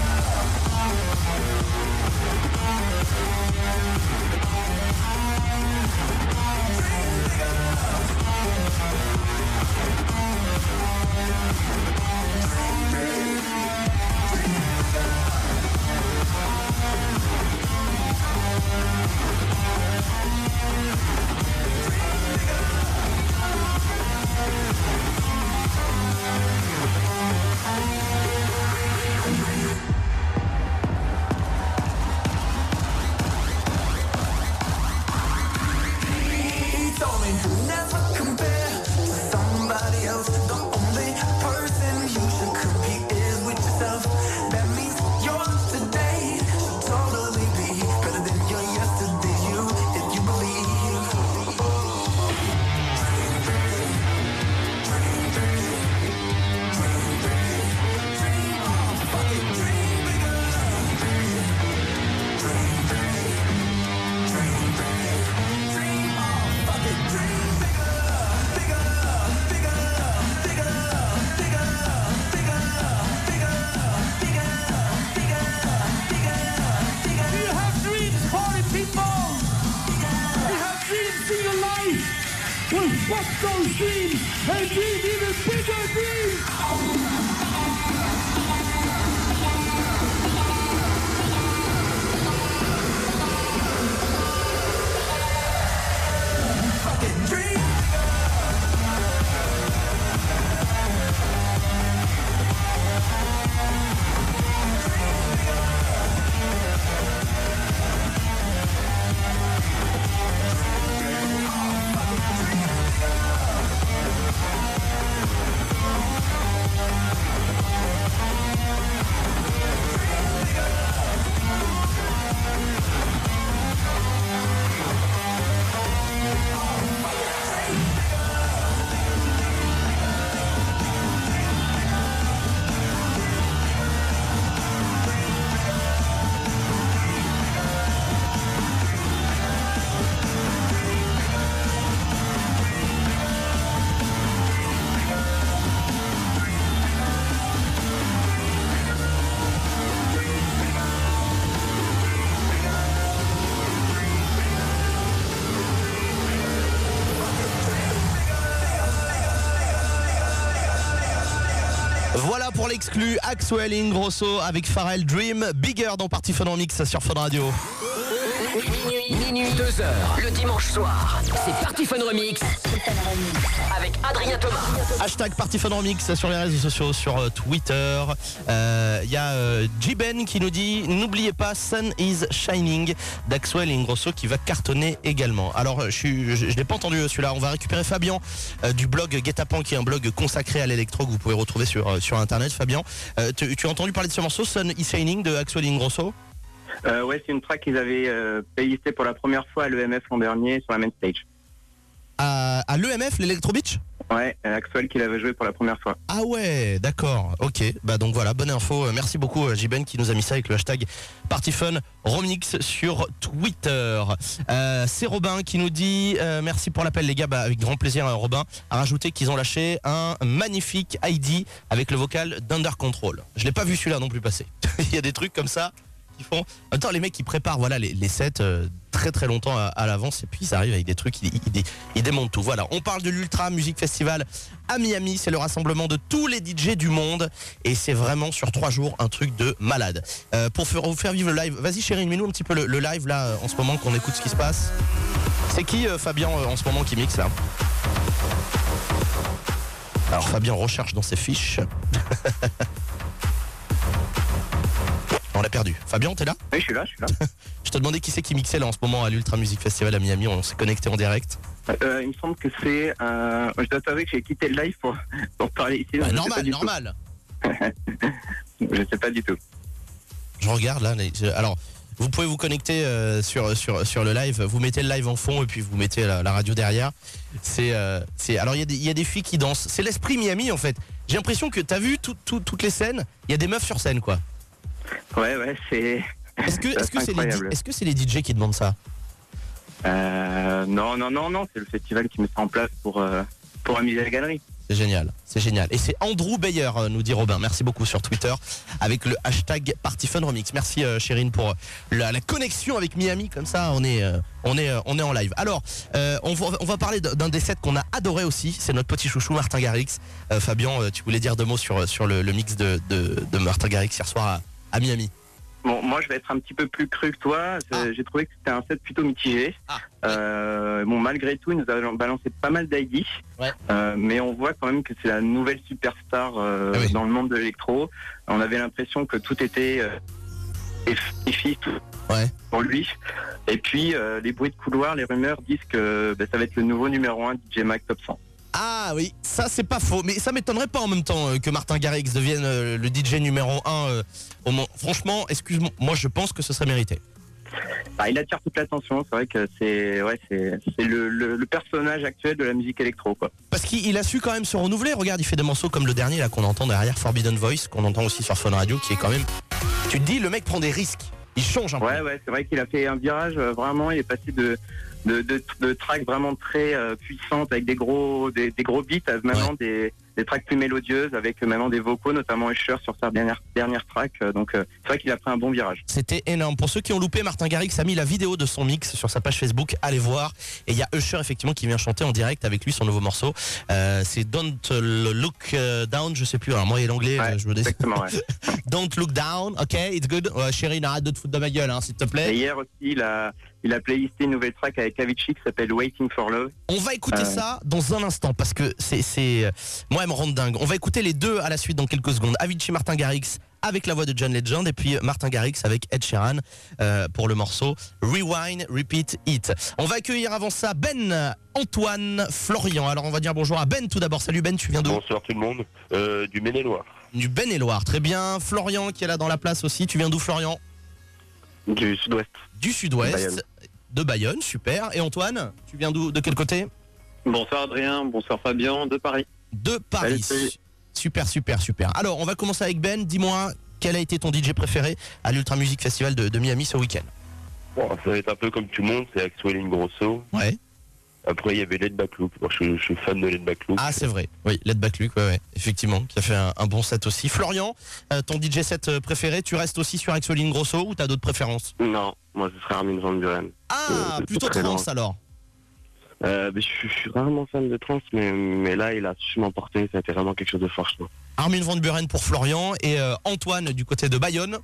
He told me never compare to somebody else. The only person Pop those dreams and dream even bigger dreams. Voilà pour l'exclu Axwell Ingrosso avec Pharrell Dream Bigger dans Party Fun en mix sur Fun Radio. Minuit, minuit, deux heures, le dimanche soir, c'est Party Fun Remix avec Adrien Thomas. Hashtag Party Fun Remix sur les réseaux sociaux, sur euh, Twitter. Il euh, y a euh, J-Ben qui nous dit « N'oubliez pas Sun is Shining » d'Axwell Ingrosso qui va cartonner également. Alors, je suis, je, je l'ai pas entendu celui-là. On va récupérer Fabien euh, du blog Guet-apens qui est un blog consacré à l'électro que vous pouvez retrouver sur, euh, sur Internet. Fabien, euh, tu, tu as entendu parler de ce morceau Sun is Shining de Axwell Ingrosso? Euh, ouais, c'est une track qu'ils avaient euh, playlisté pour la première fois à l'E M F l'an dernier sur la main stage. À, à l'E M F, l'Electro Beach? Ouais, Axwell qui l'avait joué pour la première fois. Ah ouais, d'accord, ok. Bah donc voilà, bonne info. Merci beaucoup J-Ben qui nous a mis ça avec le hashtag PartyFun Remix sur Twitter. Euh, c'est Robin qui nous dit euh, merci pour l'appel les gars, bah, avec grand plaisir hein, Robin a rajouté qu'ils ont lâché un magnifique I D avec le vocal d'Under Control. Je l'ai pas vu celui-là non plus passer. Il y a des trucs comme ça qui font. Attends, les mecs qui préparent voilà les, les sets euh, très très longtemps à, à l'avance et puis ils arrivent avec des trucs, ils, ils, ils démontent tout. Voilà, on parle de l'Ultra Music Festival à Miami, c'est le rassemblement de tous les D J du monde et c'est vraiment sur trois jours un truc de malade. Euh, pour faire, vous faire vivre le live, vas-y chérie, mets-nous un petit peu le, le live là euh, en ce moment qu'on écoute ce qui se passe. C'est qui euh, Fabien euh, en ce moment qui mixe là? Alors Fabien recherche dans ses fiches. On l'a perdu. Fabien, t'es là? Oui, je suis là, je suis là. Je te demandais qui c'est qui mixait là en ce moment à l'Ultra Music Festival à Miami. On s'est connecté en direct. Euh, il me semble que c'est... Euh... Je dois t'avouer que j'ai quitté le live pour, pour parler ici. Bah, normal, normal. Je sais pas du tout. Je regarde là. Les... Alors, vous pouvez vous connecter euh, sur, sur, sur le live. Vous mettez le live en fond et puis vous mettez la, la radio derrière. C'est, euh, c'est... Alors, il y, y a des filles qui dansent. C'est l'esprit Miami en fait. J'ai l'impression que t'as vu tout, tout, toutes les scènes. Il y a des meufs sur scène quoi. Ouais, ouais, c'est... Est-ce que est-ce que c'est les, est-ce que c'est les D J qui demandent ça? euh, Non, non, non, non, c'est le festival qui met ça en place pour, euh, pour amuser la galerie. C'est génial, c'est génial. Et c'est Andrew Bayer, nous dit Robin. Merci beaucoup sur Twitter avec le hashtag PartyFunRemix. Merci euh, Chérine pour la, la connexion avec Miami. Comme ça, on est, euh, on est, euh, on est en live. Alors, euh, on, va, on va parler d'un des sets qu'on a adoré aussi. C'est notre petit chouchou Martin Garrix. Euh, Fabien, euh, tu voulais dire deux mots sur, sur le, le mix de, de, de Martin Garrix hier soir à, à Miami? Bon, moi je vais être un petit peu plus cru que toi. Ah. J'ai trouvé que c'était un set plutôt mitigé. Ah. Euh, bon, malgré tout, il nous a balancé pas mal d'I D. Ouais. Euh, mais on voit quand même que c'est la nouvelle superstar euh, ah oui. dans le monde de l'électro. On avait l'impression que tout était euh, efficace ouais. pour lui. Et puis euh, les bruits de couloir, les rumeurs disent que bah, ça va être le nouveau numéro un D J Mag Top cent. Ah oui, ça c'est pas faux, mais ça m'étonnerait pas en même temps euh, que Martin Garrix devienne euh, le D J numéro un euh, au monde. Franchement, excuse-moi, moi je pense que ce serait mérité. Bah, il attire toute l'attention, c'est vrai que c'est ouais, c'est, c'est le, le, le personnage actuel de la musique électro quoi. Parce qu'il a su quand même se renouveler, regarde il fait des morceaux comme le dernier là qu'on entend derrière, Forbidden Voice, qu'on entend aussi sur Fun Radio, qui est quand même... Tu te dis, le mec prend des risques, il change un peu. Ouais ouais, c'est vrai qu'il a fait un virage, euh, vraiment, il est passé de... De, de, de tracks vraiment très euh, puissantes avec des gros des, des gros beats à maintenant ouais. des, des tracks plus mélodieuses avec euh, maintenant des vocaux, notamment Usher sur sa dernière, dernière track. Euh, donc euh, c'est vrai qu'il a pris un bon virage. C'était énorme. Pour ceux qui ont loupé, Martin Garrix a mis la vidéo de son mix sur sa page Facebook. Allez voir. Et il y a Usher effectivement qui vient chanter en direct avec lui son nouveau morceau. Euh, c'est Don't Look Down, je sais plus. Alors moi et l'anglais, Ouais, je me dis. exactement, ouais. Don't Look Down, ok, it's good. Ouais, chérie, n'arrête de te foutre de ma gueule, hein, s'il te plaît. Et hier aussi, il a, il a playlisté une nouvelle track avec Avicii qui s'appelle Waiting for Love. On va écouter Euh, ça dans un instant parce que c'est, c'est, moi, elle me rend dingue. On va écouter les deux à la suite dans quelques secondes. Avicii, Martin Garrix avec la voix de John Legend et puis Martin Garrix avec Ed Sheeran euh, pour le morceau Rewind, Repeat It. On va accueillir avant ça Ben, Antoine, Florian. Alors on va dire bonjour à Ben tout d'abord. Salut Ben, tu viens d'où? Bonsoir tout le monde, euh, du Maine-et-Loire. Du Ben-et-Loire, très bien. Florian qui est là dans la place aussi. Tu viens d'où Florian? Du sud-ouest. Du sud-ouest. Bayonne. De Bayonne, super. Et Antoine, tu viens d'où? De quel côté? Bonsoir Adrien, bonsoir Fabien, de Paris. De Paris. Salut. Super, super, super. Alors, on va commencer avec Ben. Dis-moi, quel a été ton D J préféré à l'Ultra Music Festival de, de Miami ce week-end? Bon, ça va être un peu comme tout le monde, c'est Axwell Ingrosso. Ouais. Après, il y avait Led Backloop. Moi, je, je suis fan de Led Backloop. Ah, c'est vrai. Oui, Led Backloop, ouais, ouais, effectivement, qui a fait un, un bon set aussi. Florian, euh, ton D J set euh, préféré, tu restes aussi sur Axwell Ingrosso ou t'as d'autres préférences? Non, moi ce serait Armin van Buren. Ah, Euh, plutôt très trance loin. alors. Euh, mais je, suis- je suis rarement fan de trance, mais, mais là il a su m'emporter, ça a été vraiment quelque chose de fort, je trouve. Armin van Buren pour Florian et euh, Antoine du côté de Bayonne.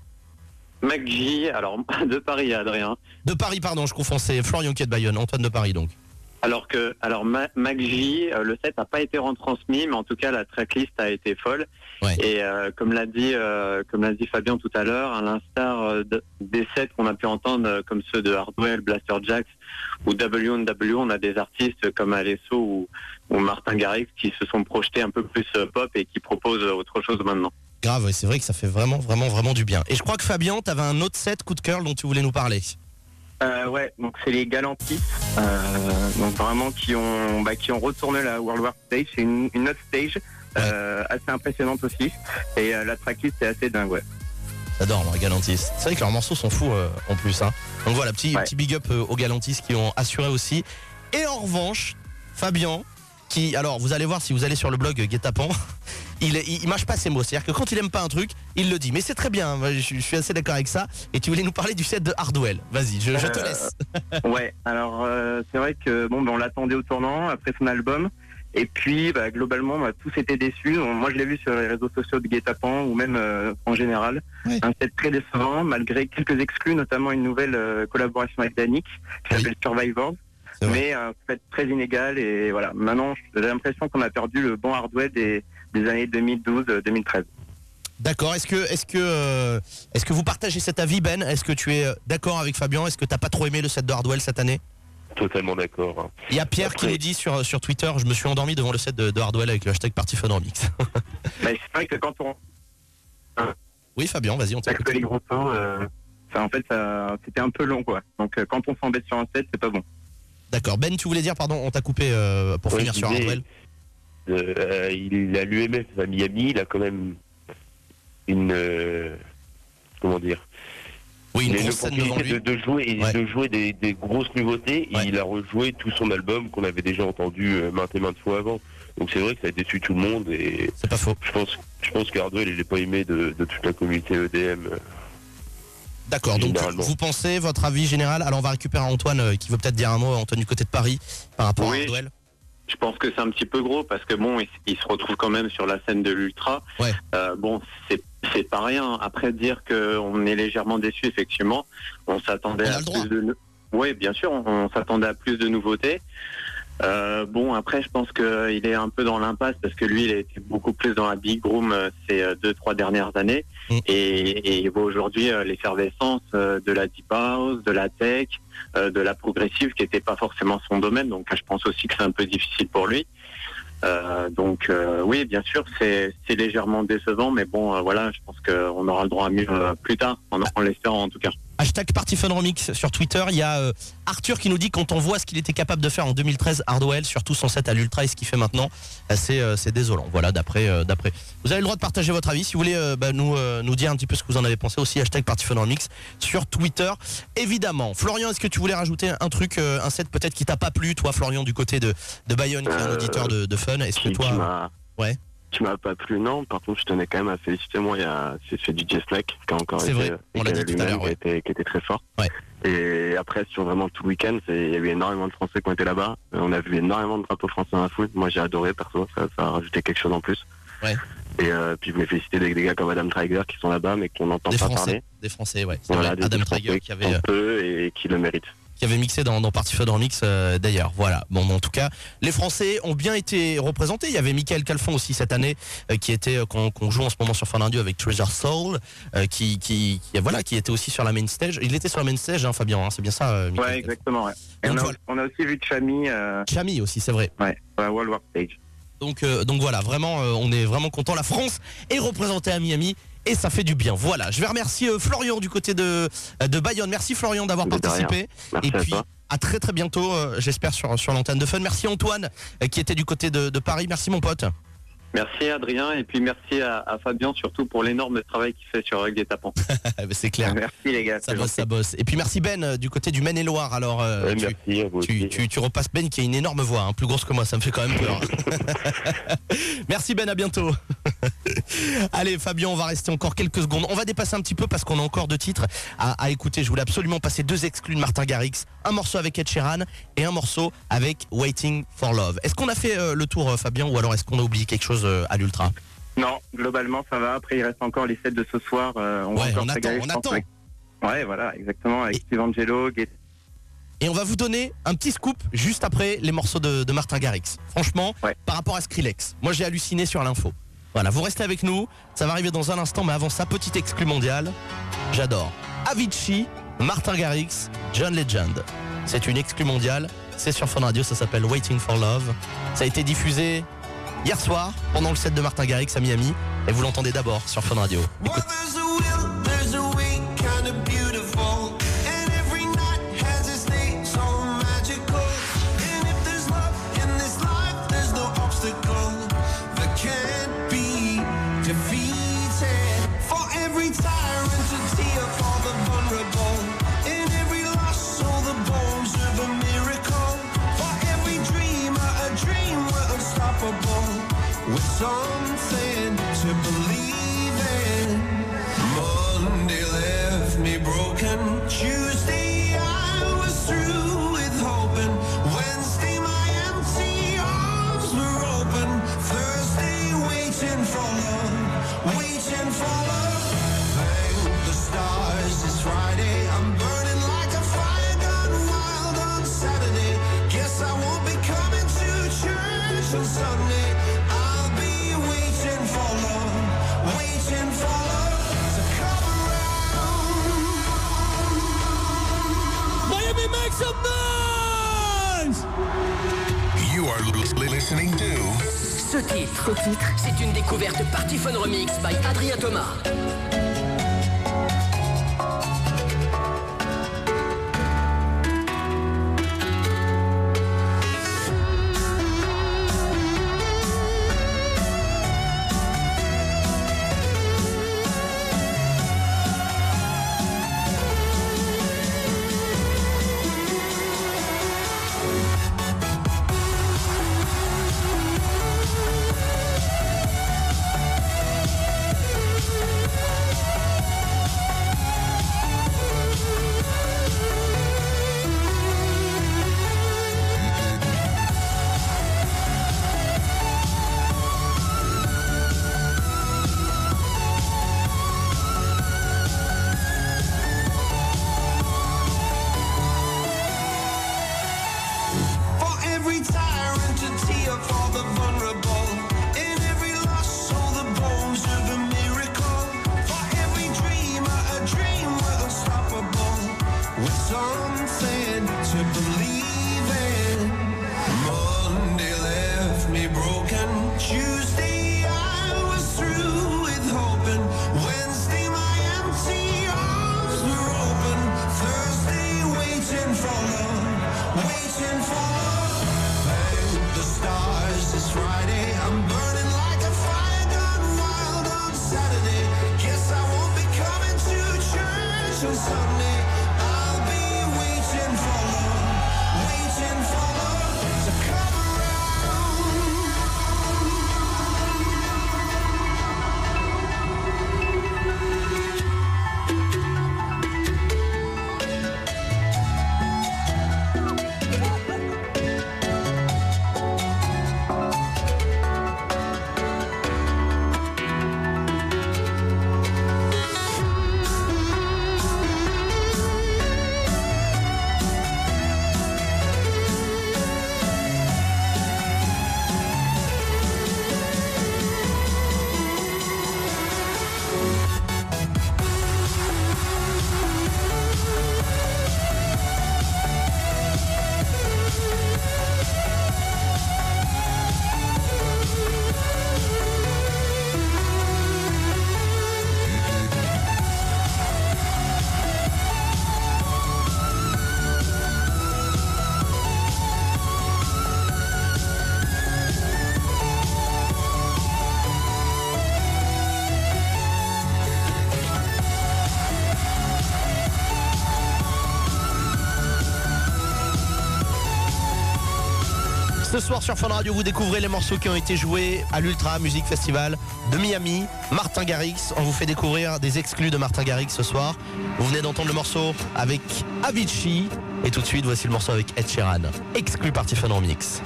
McG, alors de Paris Adrien. De Paris, pardon, je confonds, c'est Florian qui est de Bayonne, Antoine de Paris donc. Alors que, alors Ma- McG, euh, le set n'a pas été retransmis, mais en tout cas la tracklist a été folle. Ouais. Et euh, comme l'a dit, euh, comme l'a dit Fabien tout à l'heure, à l'instar euh, de- des sets qu'on a pu entendre, euh, comme ceux de Hardwell, Blaster Jacks ou W and W, on a des artistes comme Alesso ou, ou Martin Garrix qui se sont projetés un peu plus euh, pop et qui proposent autre chose maintenant. Grave, ouais, c'est vrai que ça fait vraiment, vraiment, vraiment du bien. Et je crois que Fabien, t'avais un autre set coup de cœur dont tu voulais nous parler. Euh, ouais, donc c'est les Galantis, euh, donc vraiment qui ont, bah, qui ont retourné la World War Stage. C'est une, une autre stage euh, assez impressionnante aussi, et euh, la tracklist est assez dingue, ouais. J'adore moi, Galantis. C'est vrai que leurs morceaux sont fous euh, en plus. Hein. Donc voilà, petit, Ouais. petit big up euh, aux Galantis qui ont assuré aussi. Et en revanche, Fabien, qui, alors vous allez voir si vous allez sur le blog euh, Guet-Apens, il, il, il mâche pas ses mots. C'est-à-dire que quand il aime pas un truc, il le dit. Mais c'est très bien, je, je suis assez d'accord avec ça. Et tu voulais nous parler du set de Hardwell. Vas-y, je, je te Euh, laisse. Ouais, alors euh, c'est vrai que bon, bah, on l'attendait au tournant après son album, et puis bah, globalement, bah, tous étaient déçus. On- Moi, je l'ai vu sur les réseaux sociaux de Guet-Apens ou même euh, en général. Ouais. Un set très décevant, malgré quelques exclus, notamment une nouvelle euh, collaboration avec Danick qui Oui. s'appelle Survivors. C'est vrai. Mais un set très inégal, et voilà. Maintenant, j'ai l'impression qu'on a perdu le bon Hardwell des, des années deux mille douze deux mille treize. D'accord. Est-ce que, est-ce que, euh, est-ce que vous partagez cet avis, Ben? Est-ce que tu es euh, d'accord avec Fabien? Est-ce que t'as pas trop aimé le set de Hardwell cette année? Totalement d'accord. hein. Il y a Pierre qui Après- nous dit sur, sur Twitter, je me suis endormi devant le set de, de Hardwell avec le hashtag PartyFunRemix. Bah, c'est vrai que quand on Oui, Fabien, vas-y, on t'écoute. les gros temps, euh, ça, en fait, ça, c'était un peu long, quoi. Donc, euh, quand on s'embête sur un set, c'est pas bon. D'accord. Ben, tu voulais dire, pardon, on t'a coupé euh, pour Ouais, finir je sur disais, Hardwell. euh, il a l'U M F à Miami, il a quand même une... euh, comment dire Oui, une il a grosse scène devant opportunité lui. de, de jouer, et Ouais. de jouer des, des grosses nouveautés, Ouais. et il a rejoué tout son album qu'on avait déjà entendu euh, maintes et maintes fois avant. Donc c'est vrai que ça a déçu tout le monde, et C'est pas faux. je pense, je pense qu'Hardwell il n'est pas aimé de, de toute la communauté E D M. euh. D'accord. Donc, Généralement. vous pensez, votre avis général, alors on va récupérer Antoine euh, qui veut peut-être dire un mot, Antoine du côté de Paris, par rapport Oui. à Hardwell. Je pense que c'est un petit peu gros parce que bon, il, il se retrouve quand même sur la scène de l'Ultra. Ouais. Euh, bon, c'est c'est pas rien. Après dire qu'on est légèrement déçu, effectivement, on s'attendait On a à le droit. plus de. nou- Oui, bien sûr, on, on s'attendait à plus de nouveautés. Euh, bon, après, je pense qu'il est un peu dans l'impasse parce que lui, il a été beaucoup plus dans la big room euh, ces euh, deux, trois dernières années. Mm. Et, et il voit aujourd'hui euh, l'effervescence euh, de la deep house, de la tech, euh, de la progressive qui n'était pas forcément son domaine. Donc, je pense aussi que c'est un peu difficile pour lui. Euh, donc, euh, oui, bien sûr, c'est c'est légèrement décevant, mais bon, euh, voilà, je pense qu'on aura le droit à mieux euh, plus tard, en, en l'espérant en tout cas. Hashtag PartyFunRemix sur Twitter. Il y a euh, Arthur qui nous dit quand on voit ce qu'il était capable de faire en deux mille treize, Hardwell, surtout son set à l'Ultra et ce qu'il fait maintenant, euh, c'est euh, c'est désolant. Voilà, d'après euh, d'après. Vous avez le droit de partager votre avis. Si vous voulez euh, bah, nous, euh, nous dire un petit peu ce que vous en avez pensé aussi, hashtag PartyFunRemix sur Twitter. Évidemment. Florian, est-ce que tu voulais rajouter un truc, euh, un set peut-être qui t'a pas plu, toi, Florian, du côté de, de Bayonne, qui est un Euh, auditeur de, de Fun? Est-ce que Qui, qui toi. m'a Ouais. qui m'a pas plu, non. Par contre, je tenais quand même à féliciter. Moi, il y a c'est c'est D J Snack qui a encore C'est été, vrai, on l'a été dit tout à lui-même, l'heure, qui, a ouais. été, qui était très fort. Ouais. Et après, sur vraiment tout le week-end, c'est- il y a eu énormément de Français qui ont été là-bas. Euh, On a vu énormément de drapeaux français dans la foule. Moi, j'ai adoré, perso. Ça, ça a rajouté quelque chose en plus. Ouais. Et euh, puis, je voulais féliciter des, des gars comme Adam Traeger qui sont là-bas, mais qu'on n'entend Des pas Français, parler. des Français, ouais. C'est Voilà, vrai. des Adam des Traeger Français qui avait, sont euh, peu et qui le méritent. qui avait mixé dans, dans Party Fun Remix euh, d'ailleurs. Voilà. Bon, en tout cas, les Français ont bien été représentés. Il y avait Michael Calfon aussi cette année, euh, qui était euh, qu'on qu'on joue en ce moment sur Fun Radio avec Treasure Soul, euh, qui, qui, qui voilà, qui était aussi sur la main stage. Il était sur la main stage, hein, Fabien. Hein, c'est bien ça, euh, Michael Ouais, exactement. Ouais. Et Donc on, a, voilà. on a aussi vu Chami. Euh... Chami aussi, c'est vrai. Ouais, à World War Stage. Donc, euh, donc voilà, vraiment, euh, on est vraiment content. La France est représentée à Miami et ça fait du bien. Voilà, je vais remercier euh, Florian du côté de, de Bayonne. Merci Florian d'avoir De participé. rien. Merci Et à puis toi. à très très bientôt, euh, j'espère, sur, sur l'antenne de Fun. Merci Antoine euh, qui était du côté de, de Paris. Merci mon pote. Merci Adrien et puis merci à, à Fabien surtout pour l'énorme travail qu'il fait sur Règle des Tapants. C'est clair. Merci les gars. Ça bosse, ça bosse. Et puis merci Ben euh, du côté du Maine-et-Loire. Alors, euh, Ouais, tu, merci à vous tu, aussi. tu, tu repasses Ben qui a une énorme voix, hein, plus grosse que moi, ça me fait quand même peur. Merci Ben, à bientôt. Allez Fabien, on va rester encore quelques secondes. On va dépasser un petit peu parce qu'on a encore deux titres à, à écouter. Je voulais absolument passer deux exclus de Martin Garrix, un morceau avec Ed Sheeran et un morceau avec Waiting for Love. Est-ce qu'on a fait euh, le tour, euh, Fabien, ou alors est-ce qu'on a oublié quelque chose euh, à l'Ultra? Non, globalement ça va. Après il reste encore les sets de ce soir. Euh, on Ouais, va encore on se attend, régaler, on je pense, attend. avec- Ouais, voilà, exactement. Avec Steve Angelo, Get- Et on va vous donner un petit scoop juste après les morceaux de, de Martin Garrix. Franchement, par rapport à Skrillex, moi j'ai halluciné sur l'info. Voilà, vous restez avec nous, ça va arriver dans un instant, mais avant ça, petit exclu mondial. J'adore. Avicii, Martin Garrix, John Legend. C'est une exclu mondiale, c'est sur Fun Radio, ça s'appelle Waiting for Love. Ça a été diffusé hier soir pendant le set de Martin Garrix à Miami, et vous l'entendez d'abord sur Fun Radio. Écoute. There's a will, there's a way, kind of beautiful. And every night has its day, so magical. And if there's love in this life, there's no obstacle that can't be defeated. For every tyrant to tear for the vulnerable. In every loss, all the bones of a miracle. For every dreamer, a dream we're unstoppable. With something to believe in. Monday left me broken. Tuesday I was through with hoping. Wednesday my empty arms were open. Thursday waiting for love, waiting for love. Thank the stars it's Friday. I'm burning like a fire gone wild on Saturday. Guess I won't be coming to church on Sunday. I'll be waiting for love, waiting for love to come around. Miami, make some noise! You are li- listening to Ce titre, ce titre, c'est une découverte Party Fun Remix by Adrien Thomas. For every tyrant to tear for the vulnerable. In every loss, all the bones of a miracle. For every dreamer, a dream we're unstoppable. With something to believe in. Monday left me broken. Tuesday I was through with hoping. Wednesday my empty arms were open. Thursday waiting for love, waiting for love. Thank the stars it's Friday. I'm burning like a fire gone wild on Saturday. Guess I won't be coming to church on Sunday. I'll be waiting for love, waiting for love to come around. Ce soir sur Fun Radio, vous découvrez les morceaux qui ont été joués à l'Ultra Music Festival de Miami. Martin Garrix, on vous fait découvrir des exclus de Martin Garrix ce soir. Vous venez d'entendre le morceau avec Avicii. Et tout de suite, voici le morceau avec Ed Sheeran. Exclu Party Fun Remix.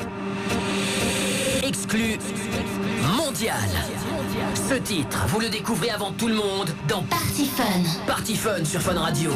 Exclu mondial. Ce titre, vous le découvrez avant tout le monde dans Party Fun. Party Fun sur Fun Radio.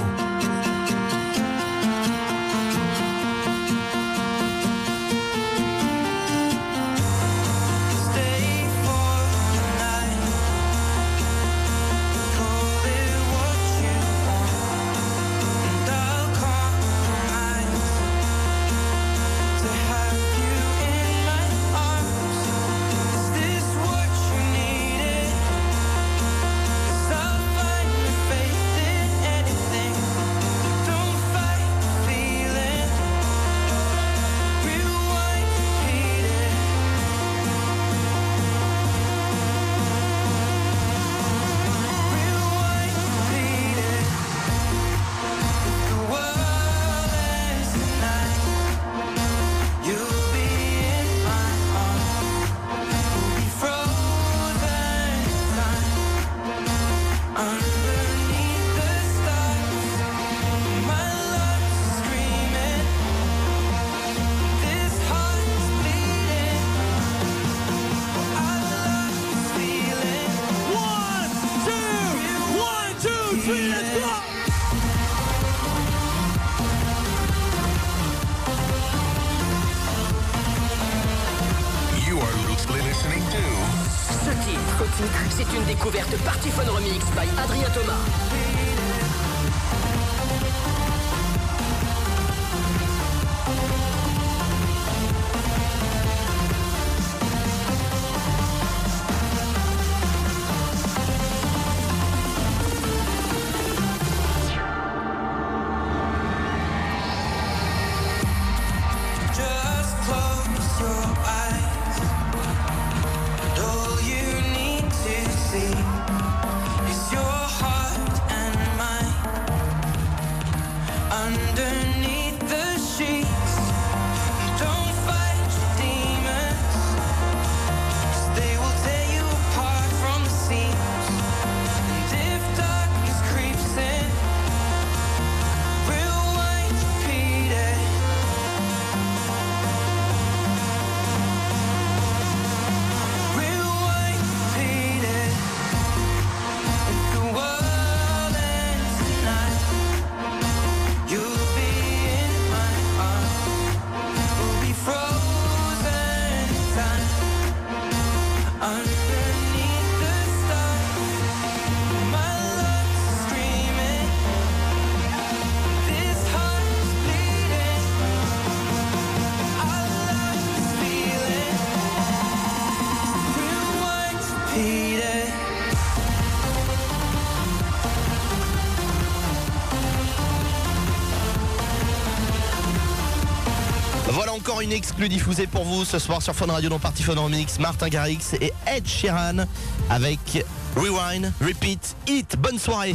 C'est une découverte Party Fun Remix by Adrien Thomas. Just close your eyes. All you need to see is your heart and mine underneath the sheets. Don't fight your demons, 'cause they will tear you apart from the seams. And if darkness creeps in, rewind, repeat it. Rewind, repeat it. If the world ends tonight, you'll be in my arms. We'll be frozen in time underneath the stars. My love's screaming, this heart is bleeding. Our love is feeling. Rewind, repeat it. Voilà encore une exclue diffusée pour vous ce soir sur Fun Radio dans Party Fun Remix. Martin Garrix et Ed Sheeran avec Rewind, Repeat, Hit. Bonne soirée.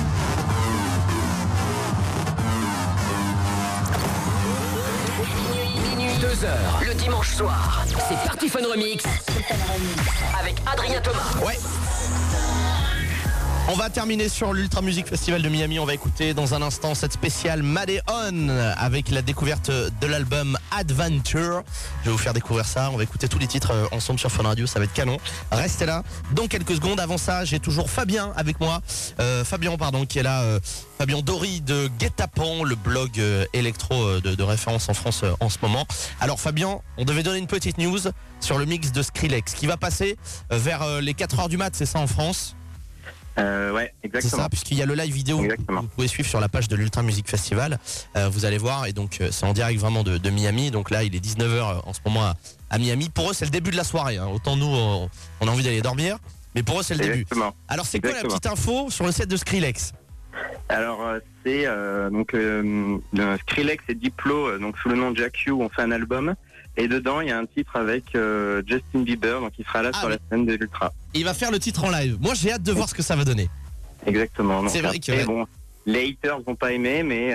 Minuit, deux heures, le dimanche soir. C'est Party Fun Remix avec Adrien Thomas. Ouais. On va terminer sur l'Ultra Music Festival de Miami. On va écouter dans un instant cette spéciale Madeon avec la découverte de l'album Adventure. Je vais vous faire découvrir ça. On va écouter tous les titres euh, ensemble sur Fun Radio. Ça va être canon. Restez là. Dans quelques secondes. Avant ça, j'ai toujours Fabien avec moi. Euh, Fabien, pardon, qui est là. Euh, Fabien Dory de Guet-Apens, le blog euh, électro euh, de, de référence en France euh, en ce moment. Alors Fabien, on devait donner une petite news sur le mix de Skrillex qui va passer euh, vers euh, les quatre heures du mat, c'est ça en France ? Euh, ouais, exactement. C'est ça, puisqu'il y a le live vidéo que vous pouvez suivre sur la page de l'Ultra Music Festival. Euh, vous allez voir, et donc euh, c'est en direct vraiment de, de Miami. Donc là, il est dix-neuf heures en ce moment à, à Miami. Pour eux, c'est le début de la soirée. Hein. Autant nous, on, on a envie d'aller dormir, mais pour eux, c'est le Exactement. début. Alors, c'est quoi la Exactement. petite info sur le set de Skrillex ? Alors euh, c'est euh, donc euh, le Skrillex et Diplo, euh, donc sous le nom de Jack U, ont fait un album. Et dedans, il y a un titre avec euh, Justin Bieber, donc il sera là Ah, sur oui. la scène de l'Ultra. Il va faire le titre en live. Moi, j'ai hâte de voir ce que ça va donner. Exactement. Donc, C'est vrai après, que- bon, les haters vont pas aimer, mais euh,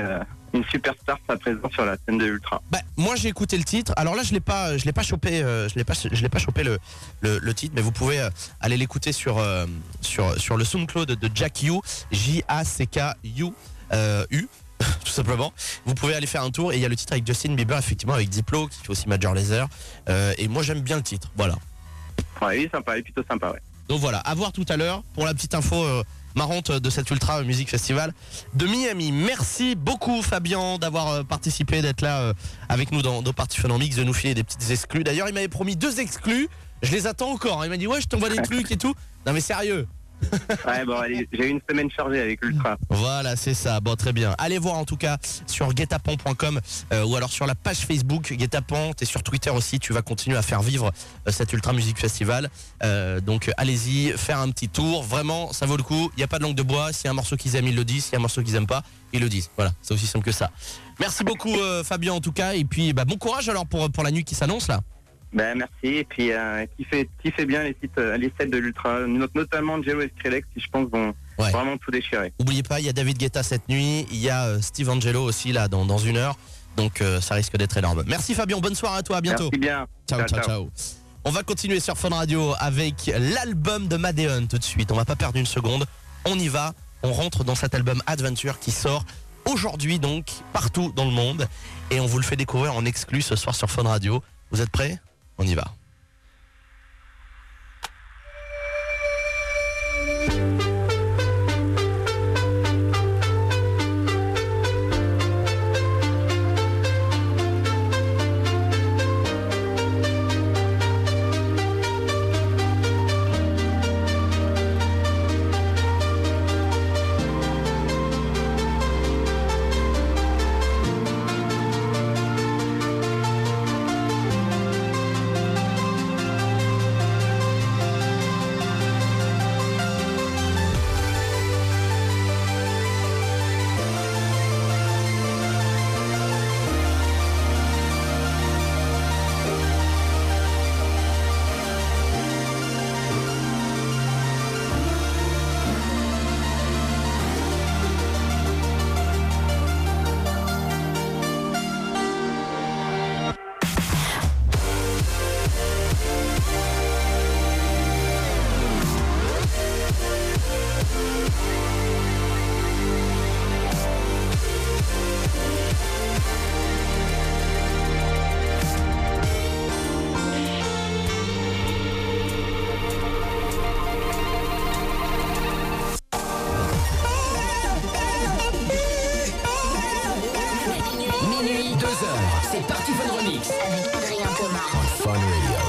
une superstar sa présence sur la scène de Ultra. Bah, moi j'ai écouté le titre. Alors là je l'ai pas, je l'ai pas chopé, euh, je l'ai pas, je l'ai pas chopé le, le, le titre, mais vous pouvez euh, aller l'écouter sur euh, sur sur le SoundCloud de Jack U, J A C K U euh, U. Tout simplement, vous pouvez aller faire un tour et il y a le titre avec Justin Bieber, effectivement, avec Diplo qui fait aussi Major Lazer, euh, et moi j'aime bien le titre, voilà. Ouais, il est sympa, il est plutôt sympa, ouais. Donc voilà, à voir tout à l'heure pour la petite info euh, marrante de cet Ultra Music Festival de Miami. Merci beaucoup Fabien d'avoir euh, participé, d'être là euh, avec nous dans nos Party Fun en Mix, de nous filer des petites exclus. D'ailleurs il m'avait promis deux exclus, je les attends encore, hein. Il m'a dit ouais je t'envoie des trucs et tout. Non mais sérieux. Ouais, bon, allez, j'ai eu une semaine chargée avec Ultra. Voilà, c'est ça. Bon, très bien. Allez voir en tout cas sur guetapan point com euh, ou alors sur la page Facebook Guetapan. T'es sur Twitter aussi. Tu vas continuer à faire vivre euh, cet Ultra Music Festival. Euh, donc euh, allez-y, faire un petit tour. Vraiment, ça vaut le coup. Il n'y a pas de langue de bois. S'il y a un morceau qu'ils aiment, ils le disent. S'il y a un morceau qu'ils aiment pas, ils le disent. Voilà, c'est aussi simple que ça. Merci beaucoup euh, Fabien en tout cas. Et puis bah, bon courage alors pour, pour la nuit qui s'annonce là. Ben merci, et puis euh, qui fait qui fait bien les sites, euh, les sets de l'Ultra, not- notamment Jello et Skrillex qui je pense vont Ouais. vraiment tout déchirer. N'oubliez pas, il y a David Guetta cette nuit. Il y a euh, Steve Angelo aussi là dans, dans une heure. Donc euh, ça risque d'être énorme. Merci Fabien, bonne soirée à toi, à bientôt. Merci bien. Ciao, ciao, Ciao, ciao. On va continuer sur Fun Radio avec l'album de Madeon tout de suite. On va pas perdre une seconde. On y va. On rentre dans cet album Adventure qui sort aujourd'hui donc partout dans le monde. Et on vous le fait découvrir en exclu ce soir sur Fun Radio. Vous êtes prêts? On y va. C'est Party Fun Remix avec Adrien Thomas. on Fun Radio.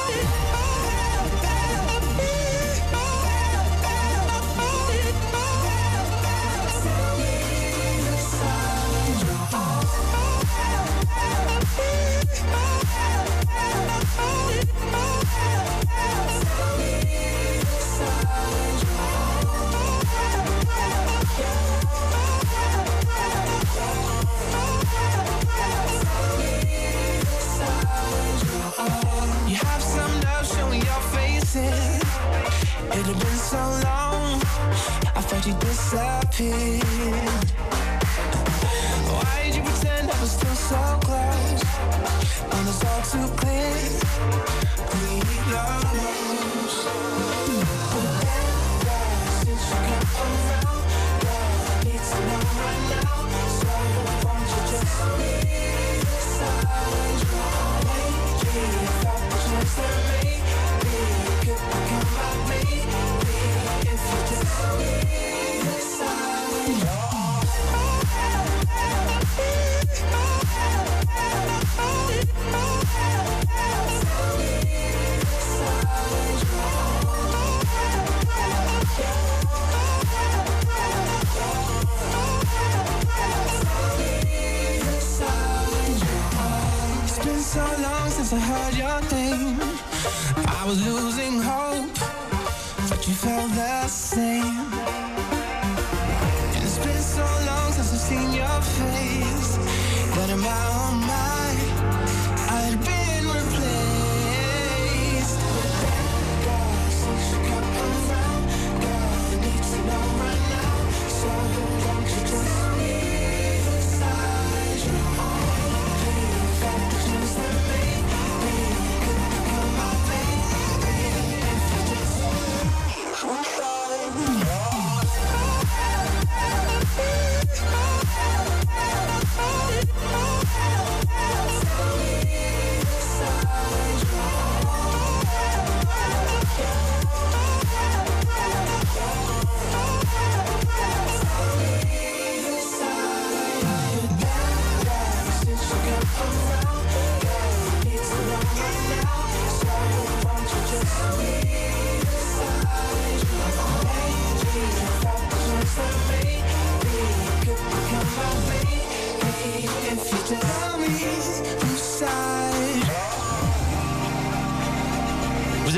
You have some nerve showing your faces. It had been so long, I thought you disappeared. Why did you pretend I was still so close when it's all too clear? We lost. Since you come around, girl, I need to know right now. So won't you just leave the side? If I was just a baby, you could become like me. If you just leave the side. It's been so long since I heard your name. I was losing hope, but you felt the same. And it's been so long since I've seen your face that in my own mind I'd been replaced. Girl, since you come around, girl, I need to know right now. So won't you just leave the side?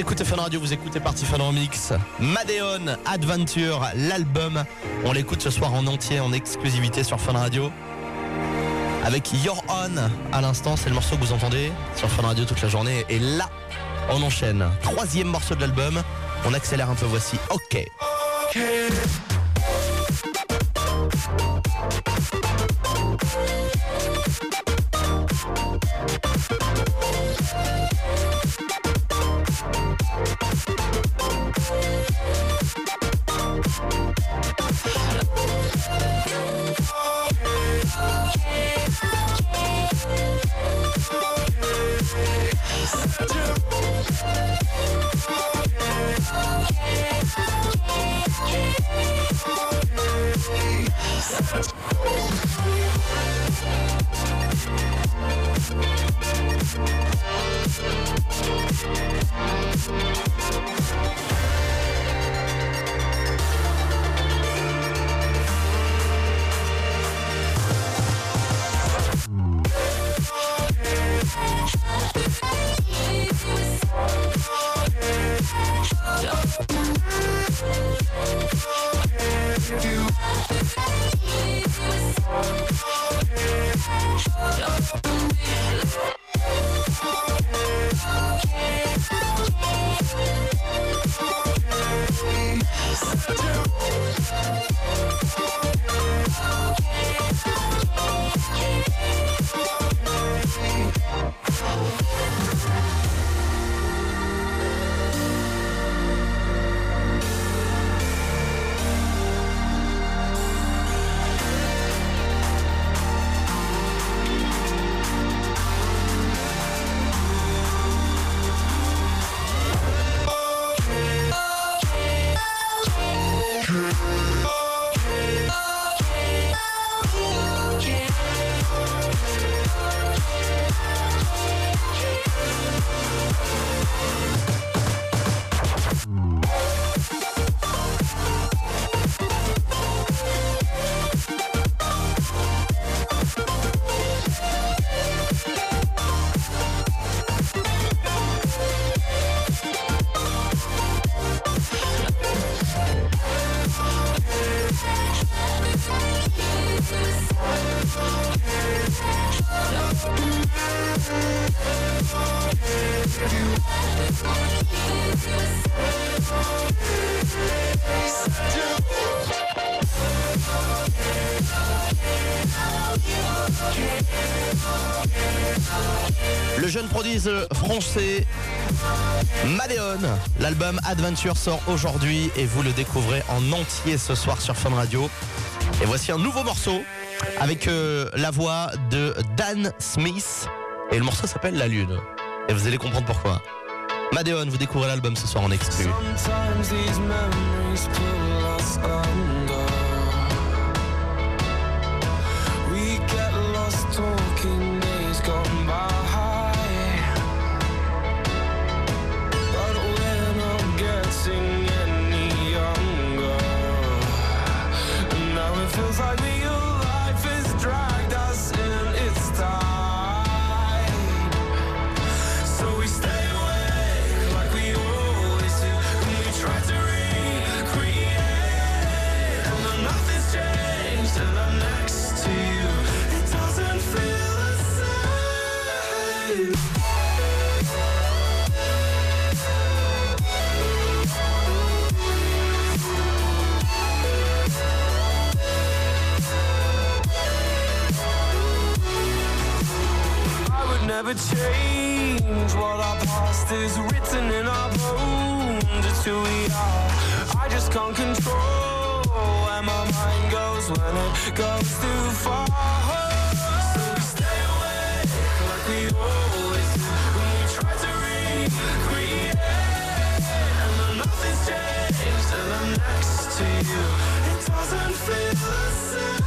écoutez Fun Radio, vous écoutez Party Fun Remix. Madeon Adventure, l'album. On l'écoute ce soir en entier, en exclusivité sur Fun Radio. Avec Your On à l'instant, c'est le morceau que vous entendez sur Fun Radio toute la journée. Et là, on enchaîne. Troisième morceau de l'album. On accélère un peu, voici OK. Le jeune prodige français Madeon, l'album Adventure sort aujourd'hui et vous le découvrez en entier ce soir sur Fun Radio. Et voici un nouveau morceau avec euh, la voix de Dan Smith et le morceau s'appelle La Lune. Et vous allez comprendre pourquoi. Madeon, vous découvrez l'album ce soir en exclu. Sometimes these memories pull us under. We get lost talking days gone by. But we're not getting any younger. And now it feels like real life has dragged us in its tide. So we stay awake like we always do. And we try to recreate. And then nothing's changed and I'm next to you. It doesn't feel the same. I would never change what our past is written in our bones. It's who we are. I just can't control where my mind goes when it goes too far. So we stay awake like we always do. When we try to recreate, and then nothing's changed, and I'm next to you. It doesn't feel the same.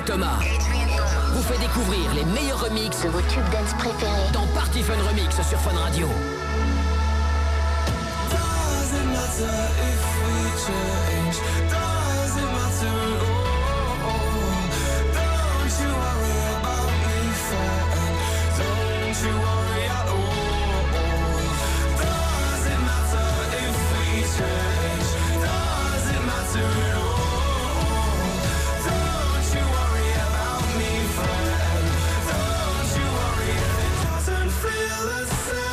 Thomas vous fait découvrir les meilleurs remixes de vos tubes dance préférés dans Party Fun Remix sur Fun Radio. Doesn't matter if we change. Doesn't matter at all. Don't you worry about me, friend. Don't you worry at all. Doesn't matter if we change. Doesn't matter at all. Don't you worry about me, friend. Don't you worry if it doesn't feel the same.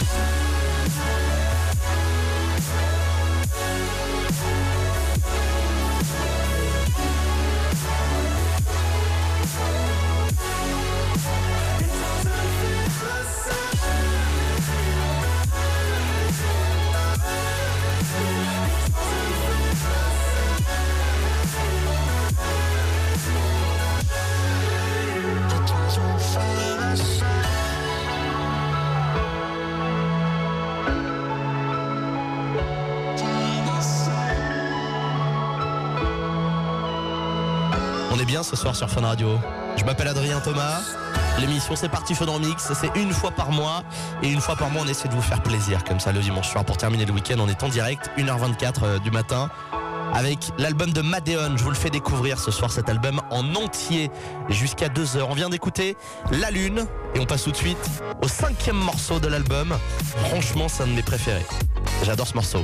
On est bien ce soir sur Fun Radio. Je m'appelle Adrien Thomas. L'émission c'est Party Fun Remix. C'est une fois par mois. Et une fois par mois on essaie de vous faire plaisir comme ça le dimanche soir. Pour terminer le week-end on est en direct une heure vingt-quatre euh, du matin avec l'album de Madeon. Je vous le fais découvrir ce soir cet album en entier jusqu'à deux heures. On vient d'écouter La Lune. Et on passe tout de suite au cinquième morceau de l'album. Franchement c'est un de mes préférés. J'adore ce morceau.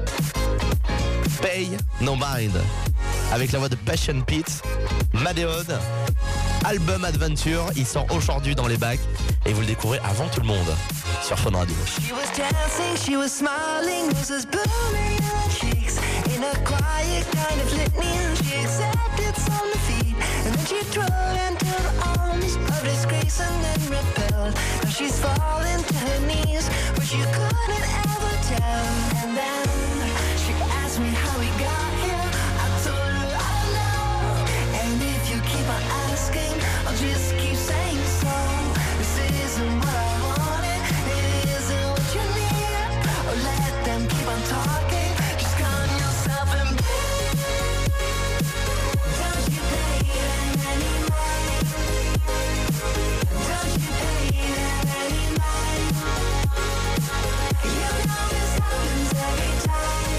Pay No Mind. Avec la voix de Passion Pit. Madeon, album Adventure, il sort aujourd'hui dans les bacs et vous le découvrez avant tout le monde sur Fun Radio. She was dancing, she was smiling, roses blooming in her cheeks. In a quiet kind of litany, she accepted some defeat. And then she threw into the arms of disgrace and then repelled. Now she's fallen to her knees, but you couldn't ever tell. And then she asked me how we got here. I told her I don't know. And if you keep on asking, I'll just keep saying so. This isn't what I wanted, it isn't what you need. Oh, let them keep on talking, just calm yourself and breathe. Don't you pay them any mind. Don't you pay them any mind. You know this happens every time.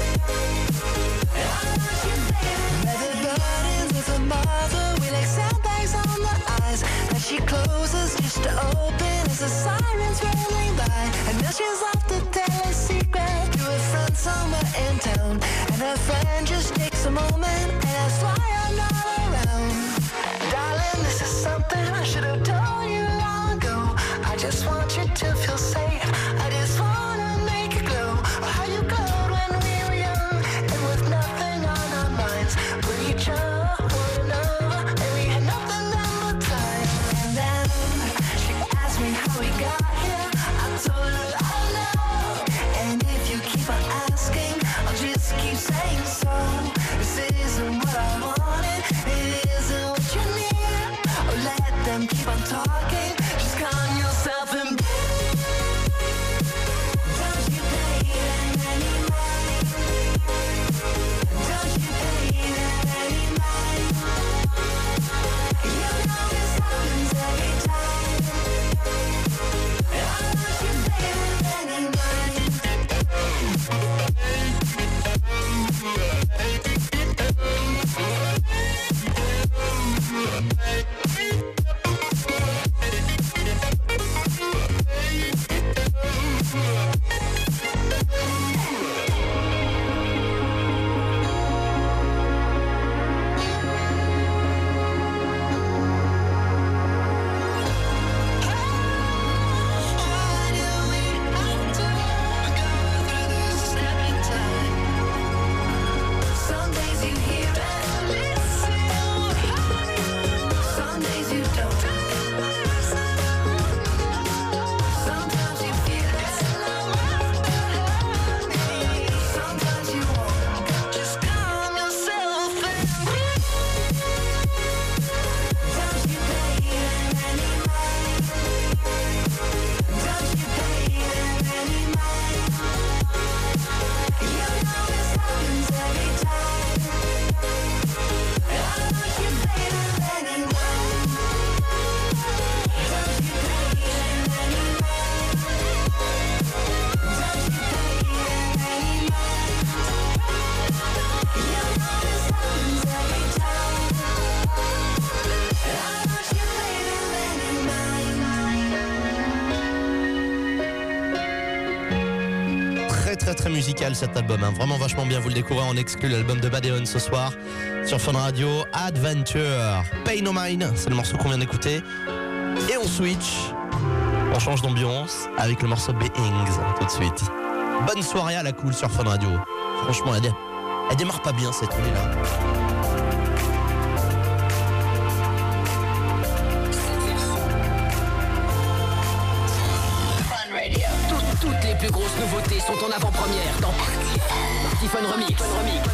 I'm not your baby. Let the burdens of a mother, we like sandbags on the eyes that she closes just to open as the sirens rolling by. And now she's off to tell a secret to a friend somewhere in town. And her friend just takes a moment and asks why I'm not around. Darling, this is something I should have told you long ago. I just want you to feel safe. I just wanna make it glow. Oh, how you glowed when we were young and with nothing on our minds but each other, one another, and we had nothing but time. And then she asked me how we got here. I told her I don't know. And if you keep on asking, I'll just keep saying so. This isn't what I wanted, it isn't what you need. Oh, let them keep on talking, just calm yourself and breathe. musical cet album, hein. Vraiment vachement bien. Vous le découvrez en exclu, l'album de Madeon ce soir sur Fun Radio. Adventure, Pay No Mind, c'est le morceau qu'on vient d'écouter. Et on switch, on change d'ambiance avec le morceau Beings tout de suite. Bonne soirée à la cool sur Fun Radio. Franchement, elle, elle démarre pas bien cette nuit là. Toutes, toutes les plus grosses nouveautés sont en avant-première dans Party Party Fun Remix. Fun Remix.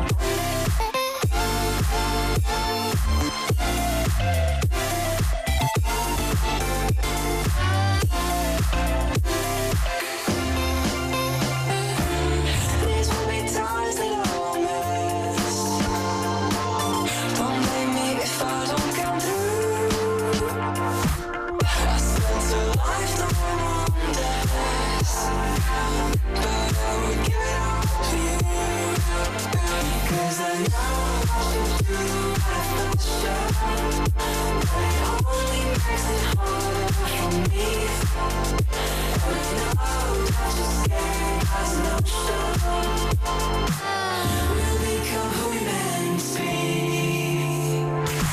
These will be times that I'll miss. Don't blame me if I don't come through. I spent a lifetime on this, but I would give it all to you. 'Cause I know I should do right for the show, but it only makes it harder for me. And I know that you're scared, has no show. We'll become who we meant to be.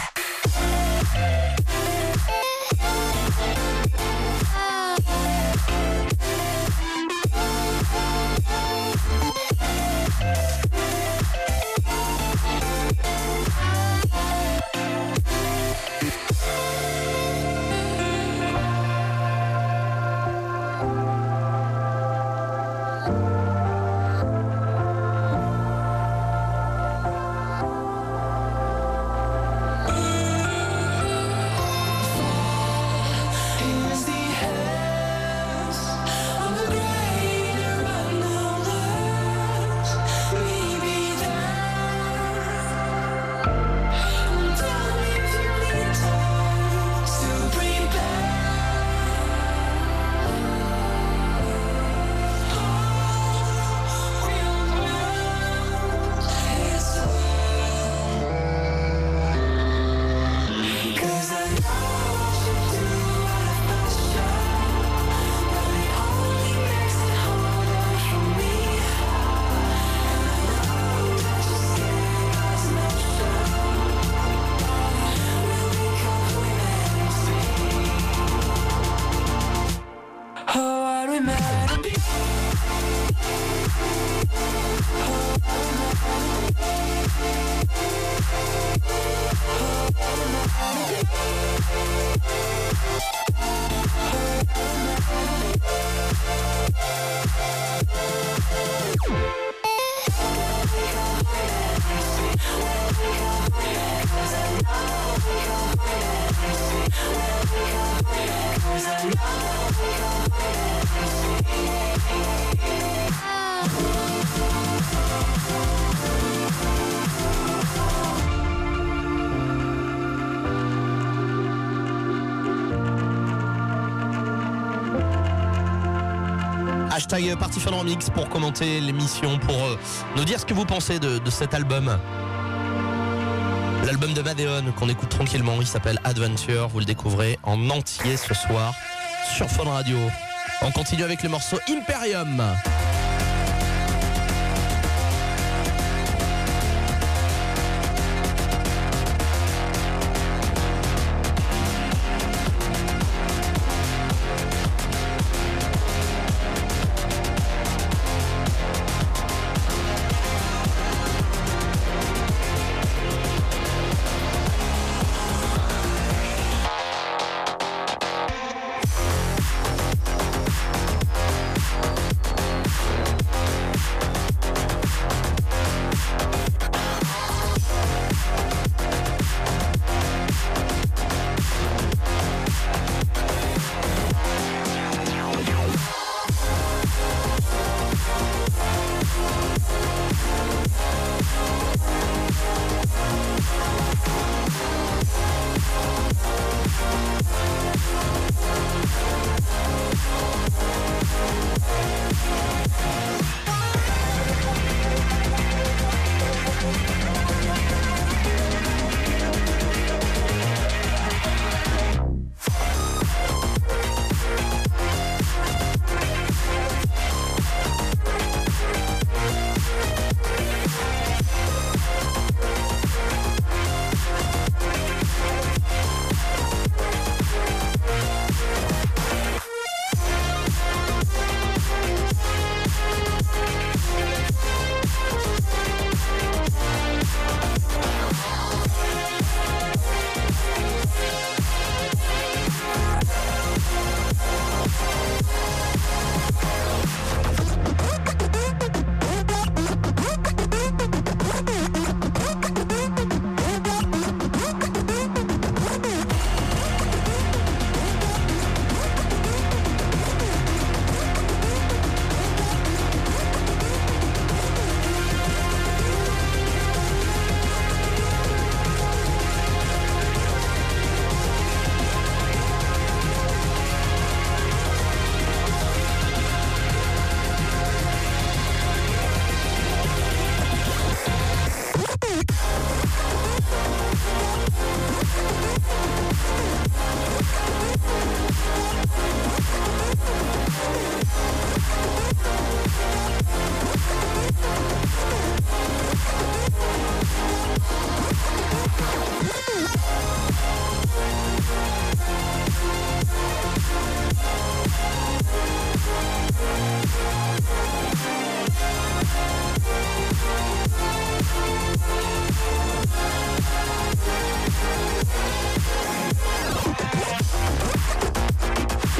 Here's the hands of the greater unknown lands. Maybe there. Tell me if you need time to prepare. Oh, real world is well. 'Cause I know I should do right for the show, but it only makes it harder for me. And I know that you're scared, has no show. We'll become who we meant to be. Oh, what we meant to be. Hashtag Party Fun Remix pour commenter l'émission, pour euh, nous dire ce que vous pensez de, de cet album. L'album de Madeon qu'on écoute tranquillement, il s'appelle Adventure. Vous le découvrez en entier ce soir sur Fun Radio. On continue avec le morceau Imperium.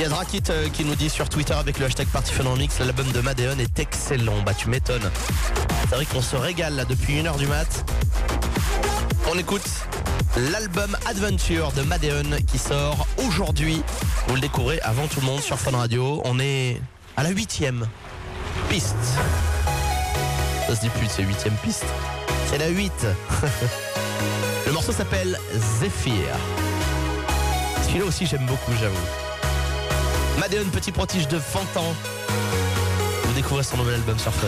Il y a Drakit euh, qui nous dit sur Twitter avec le hashtag Party Fun en Mix, l'album de Madeon est excellent. Bah tu m'étonnes. C'est vrai qu'on se régale là depuis une heure du mat. On écoute l'album Adventure de Madeon qui sort aujourd'hui. Vous le découvrez avant tout le monde sur Fun Radio. On est à la huitième piste. Ça se dit plus, c'est huitième piste. C'est la huit. Le morceau s'appelle Zephyr. Celui-là aussi j'aime beaucoup, j'avoue. Madeon, petit prodige de vingt ans. Vous découvrez son nouvel album sur Fun.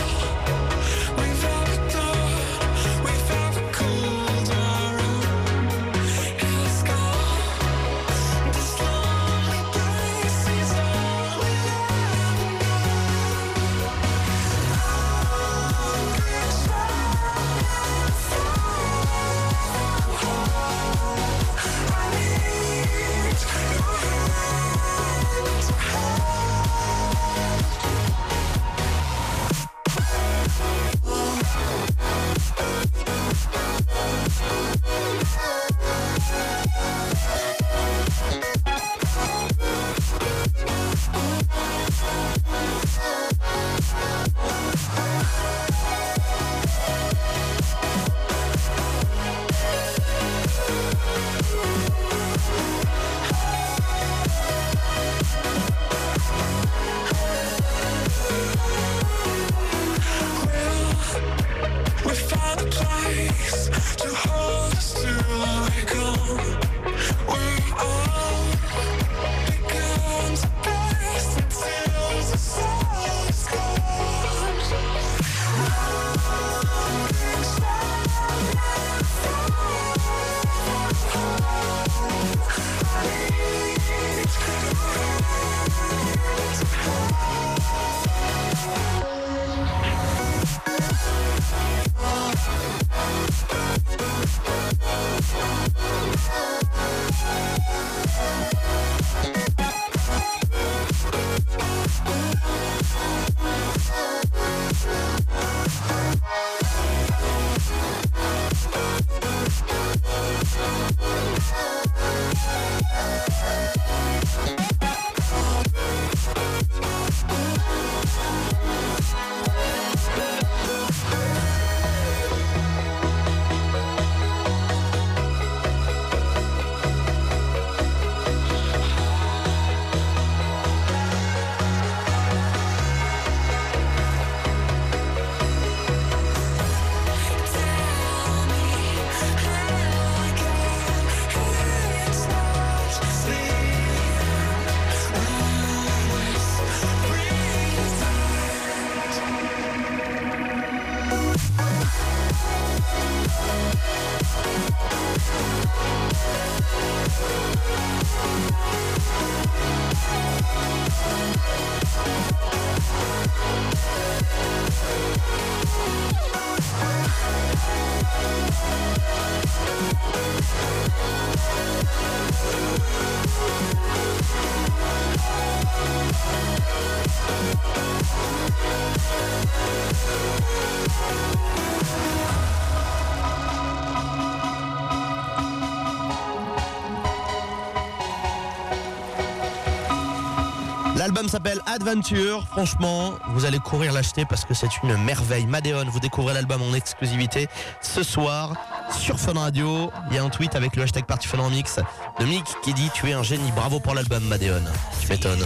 L'album s'appelle Adventure. Franchement, vous allez courir l'acheter parce que c'est une merveille. Madeon, vous découvrez l'album en exclusivité ce soir sur Fun Radio. Il y a un tweet avec le hashtag Party Fun en Mix de Mick qui dit: tu es un génie, bravo pour l'album Madeon. Tu m'étonnes.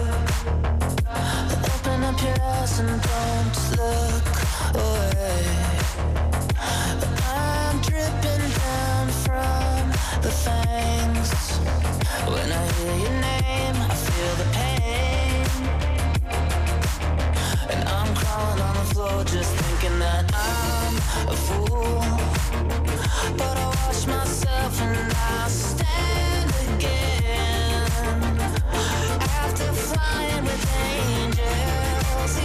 Open up your eyes and don't look away. I'm dripping down from the fangs. When I hear your name, I feel the pain. And I'm crawling on the floor just thinking that I'm a fool. But I watch myself and I stand again. After flying with angels,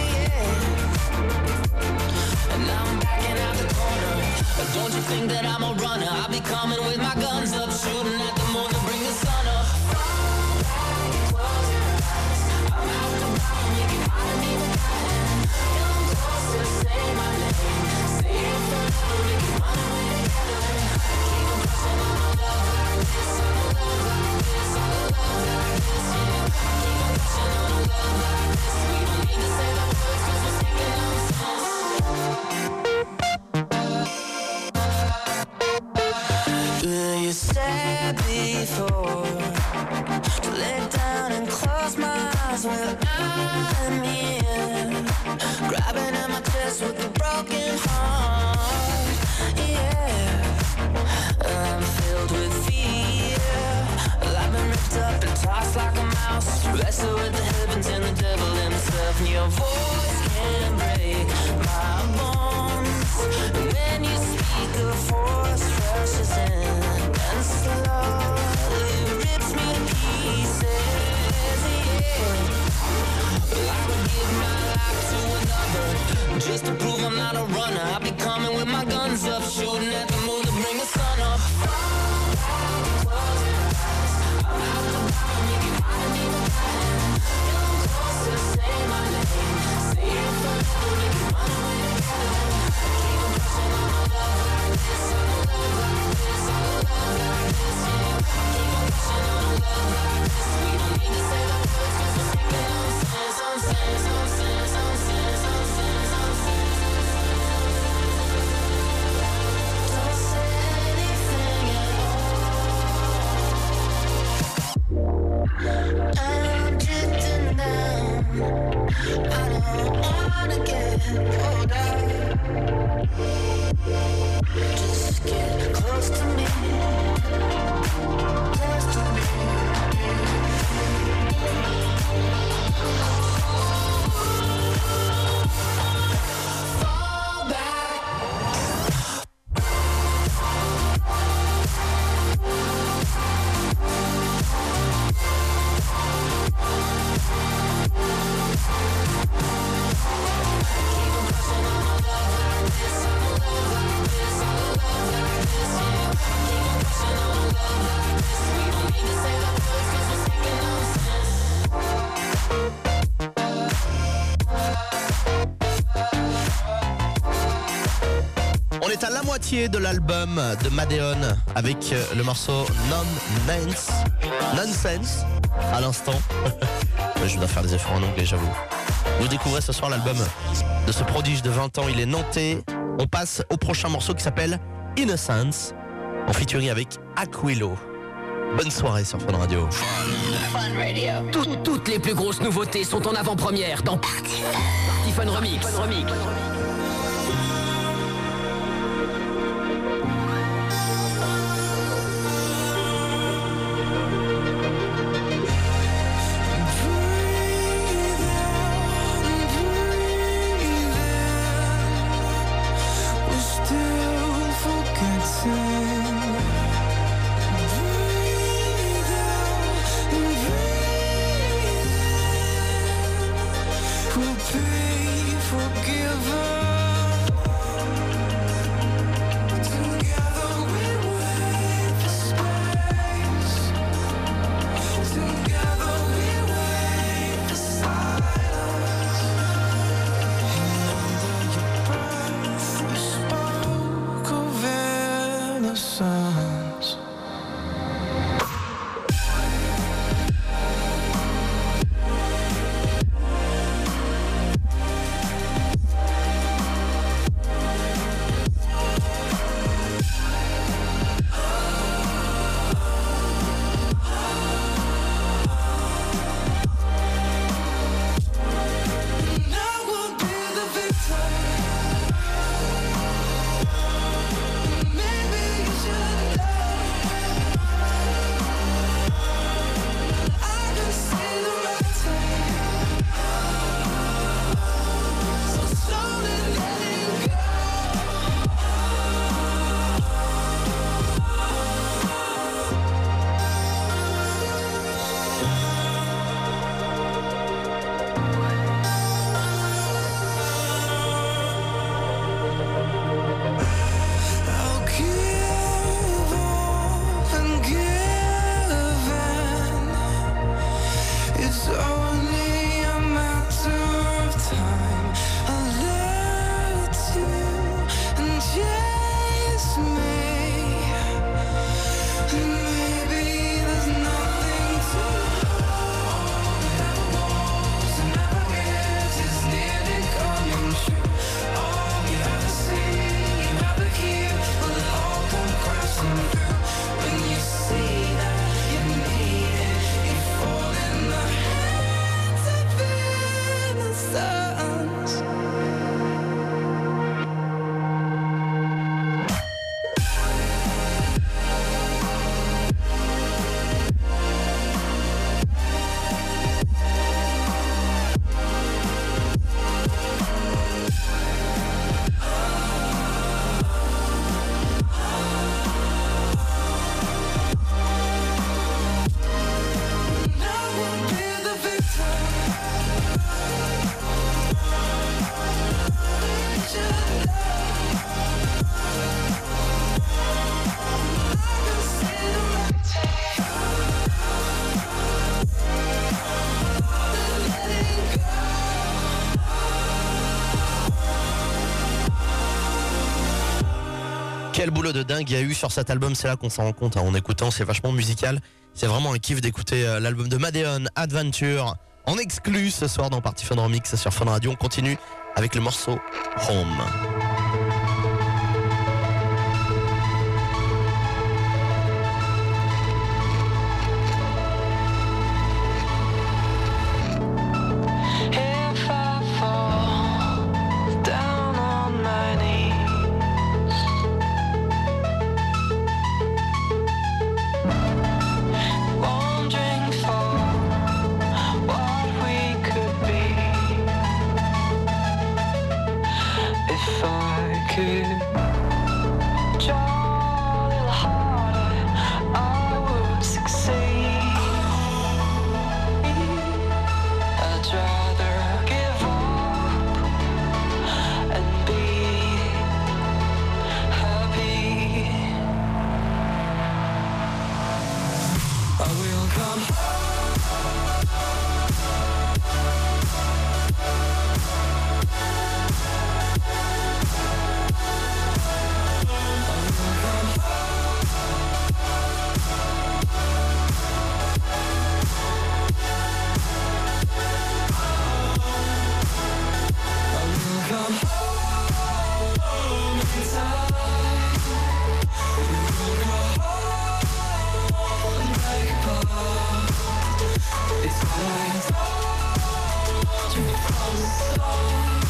yeah. And I'm backing out the corner. Don't you think that I'm a runner? I'll be coming with my guns up, shooting at the moon to bring the sun up. Close your eyes. I'm out the bottom, you can hide me with my hand. Come closer, say my name. Say it forever, we can run away together. Keep on pushing on a love like this, on a love like this, on a love like this, yeah. wrestle with the heavens and the devil himself. And your voice can break my bones. And when you speak, the force rushes in and slowly rips me to pieces. Yeah. Well, I would give my life to another just to prove I'm not a runner. I'll be coming with my guns up, shooting at the moon to bring the sun up. I'm drifting down. I don't wanna get pulled out. Just get close to me. Close to me. Fall back. On est à la moitié de l'album de Madeon avec le morceau Non-Nonsense. Nonsense à l'instant. Je dois faire des efforts en anglais, j'avoue. Vous découvrez ce soir l'album de ce prodige de vingt ans. Il est nantais. On passe au prochain morceau qui s'appelle Innocence, en featuring avec Aquilo. Bonne soirée sur Fun Radio. Fun Radio. Tout- toutes les plus grosses nouveautés sont en avant-première dans Party Party Fun Remix. Fun Remix. We're still forgetting. Breathe out and breathe in. We'll be forgiven. Quel boulot de dingue il y a eu sur cet album, c'est là qu'on s'en rend compte, hein. En écoutant, c'est vachement musical. C'est vraiment un kiff d'écouter euh, l'album de Madeon, Adventure, en exclu ce soir dans Party Fun Remix sur Fun Radio. On continue avec le morceau Home. If I fall down on my knees, wondering for what we could be, if I could try a little harder, I would succeed. I'd rather give up and be happy. I will come come home in time. We'll go home and make apart. It's always from the start.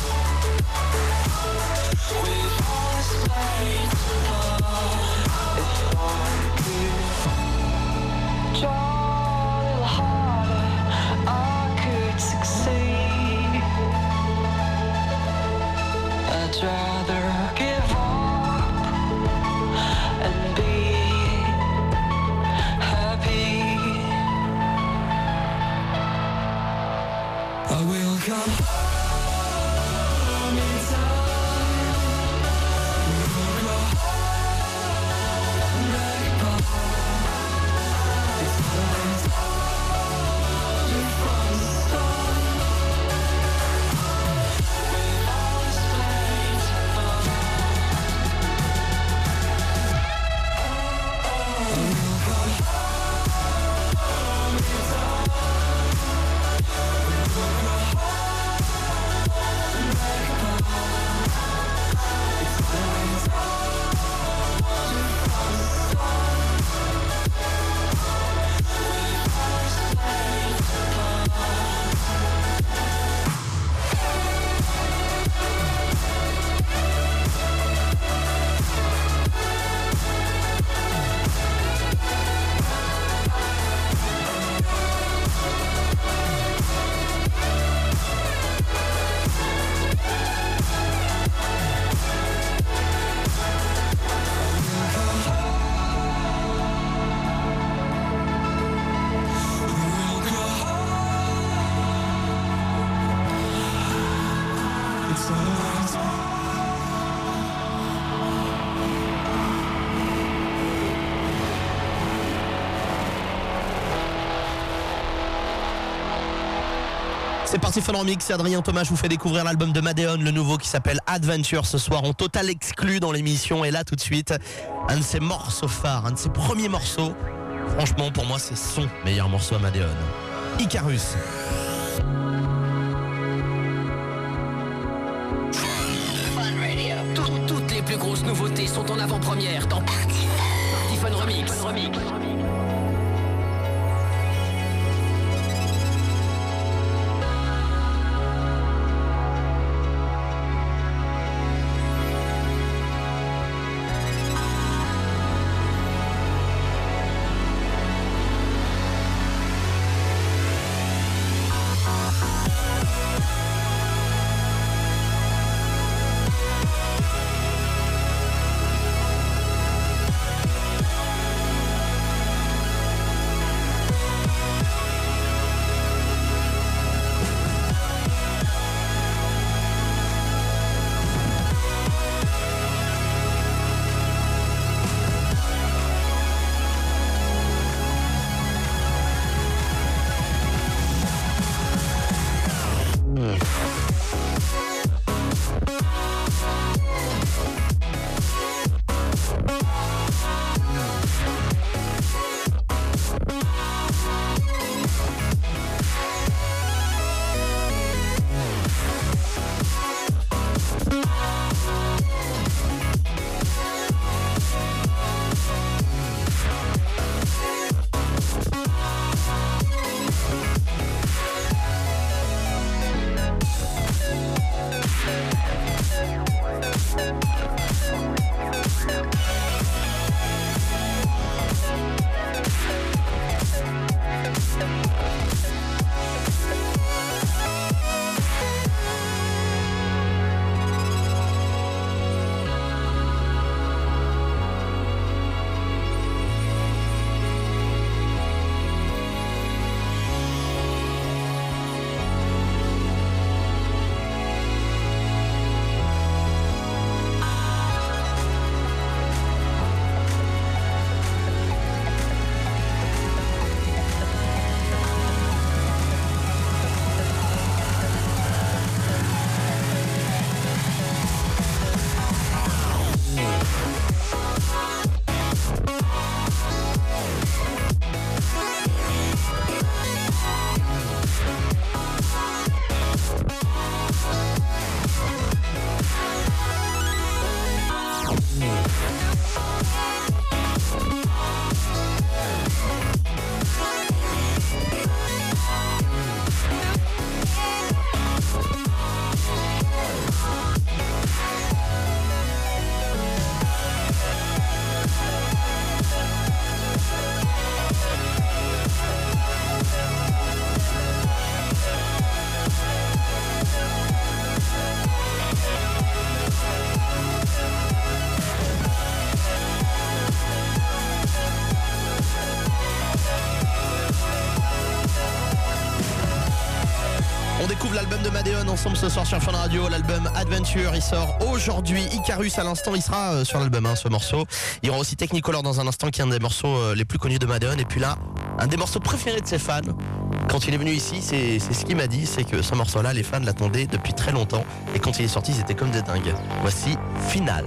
We've always played apart. If I could try a little harder, I could succeed. I'd rather give up and be happy. I will come home in time. We'll go home and make apart. It's always you from the start. We've always played apart. I will come home in time. We'll go home and make apart. It's always you from the start. We've always played apart. It's always C'est parti Fun Remix, c'est Adrien Thomas, je vous fais découvrir l'album de Madeon, le nouveau qui s'appelle Adventure ce soir en total exclu dans l'émission. Et là tout de suite, un de ses morceaux phares, un de ses premiers morceaux. Franchement pour moi c'est son meilleur morceau à Madeon. Icarus. Fun Radio. Tout- toutes les plus grosses nouveautés sont en avant-première dans Party Fun. Party Fun Remix. Fun Remix. Madeon ensemble ce soir sur Fun Radio. L'album Adventure, il sort aujourd'hui. Icarus à l'instant, il sera euh, sur l'album, hein, ce morceau. Il y aura aussi Technicolor dans un instant, qui est un des morceaux euh, les plus connus de Madeon. Et puis là, un des morceaux préférés de ses fans. Quand il est venu ici, c'est c'est ce qu'il m'a dit, c'est que ce morceau-là, les fans l'attendaient depuis très longtemps. Et quand il est sorti, ils étaient comme des dingues. Voici Final.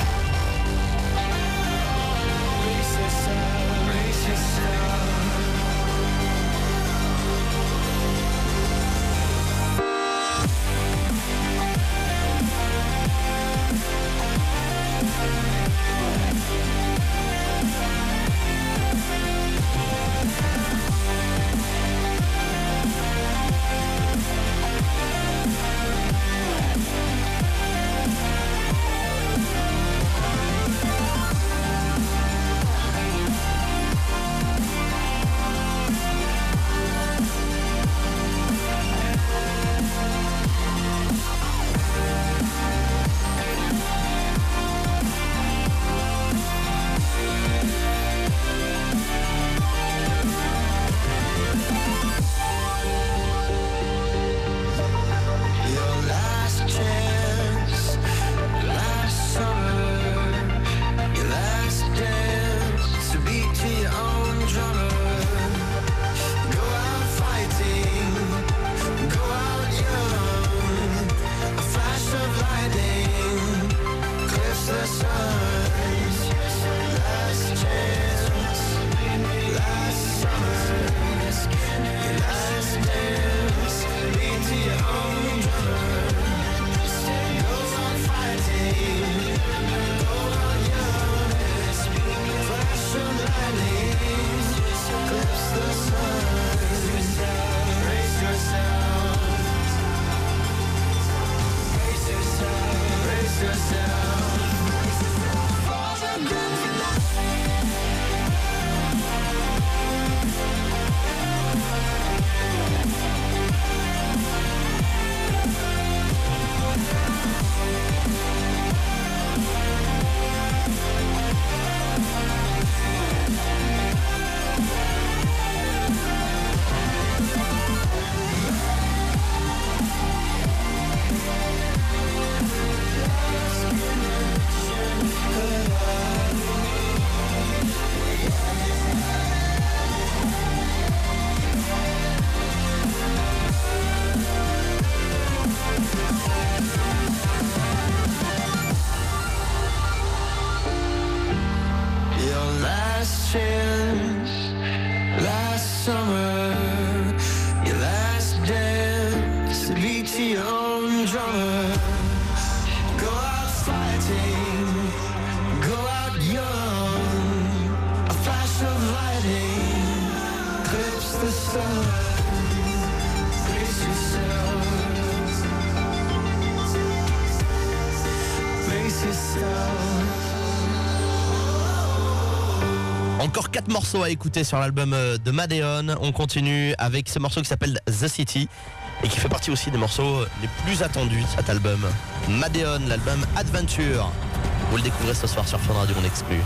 Encore quatre morceaux à écouter sur l'album de Madeon. On continue avec ce morceau qui s'appelle The City et qui fait partie aussi des morceaux les plus attendus de cet album. Madeon, l'album Adventure. Vous le découvrez ce soir sur Fun Radio en exclu.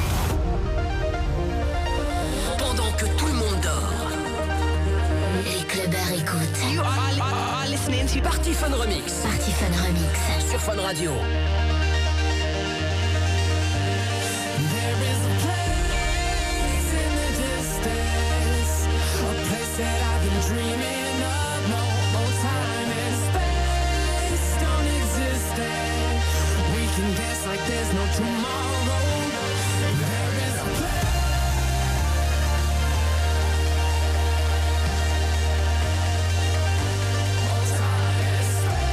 Pendant que tout le monde dort, les clubbers écoutent. You are, are listening to Party Fun Remix. Party Fun Remix. Sur Fun Radio. That I've been dreaming of, no more time and space don't exist there. We can dance like there's no tomorrow. There is a place. More time and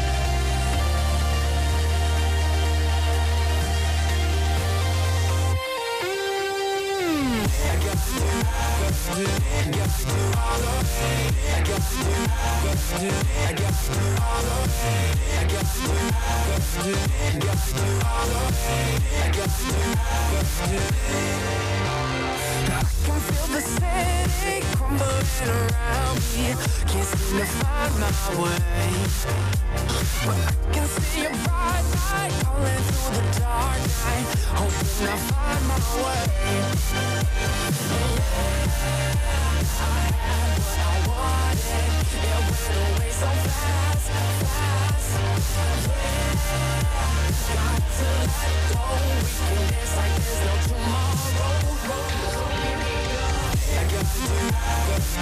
space. I got to, I got to, I got to all of it. I got to, I got to, I got to all of it. I got to, I got to, I got to all of it. I got to, I got to. I can feel the city crumbling around me. Can't seem to find my way. But I can see your bright light calling through the dark night. Hoping I find my way. I had what I wanted. It went away so fast, fast.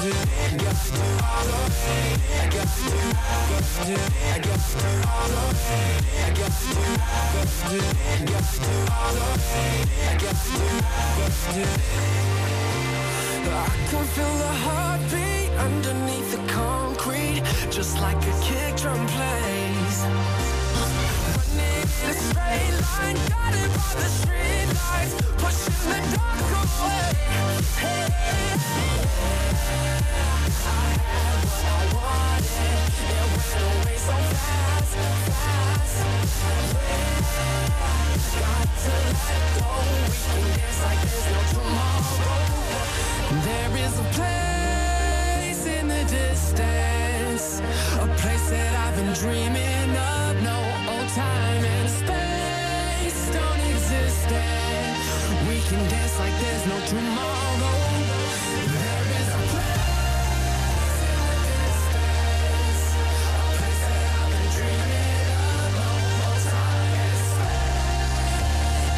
I can feel the heartbeat underneath the concrete, just like a kick drum plays. Running in a straight line, guided by the street lights, pushing the dark away. Hey, I had what I wanted, it went away so fast, fast. Yeah, got to let go, we can dance like there's no tomorrow. There is a place in the distance, a place that I've been dreaming of. No old time and space don't exist, and we can dance like there's no tomorrow. There is a place in the distance, a place that I've been dreaming of. No old time and space,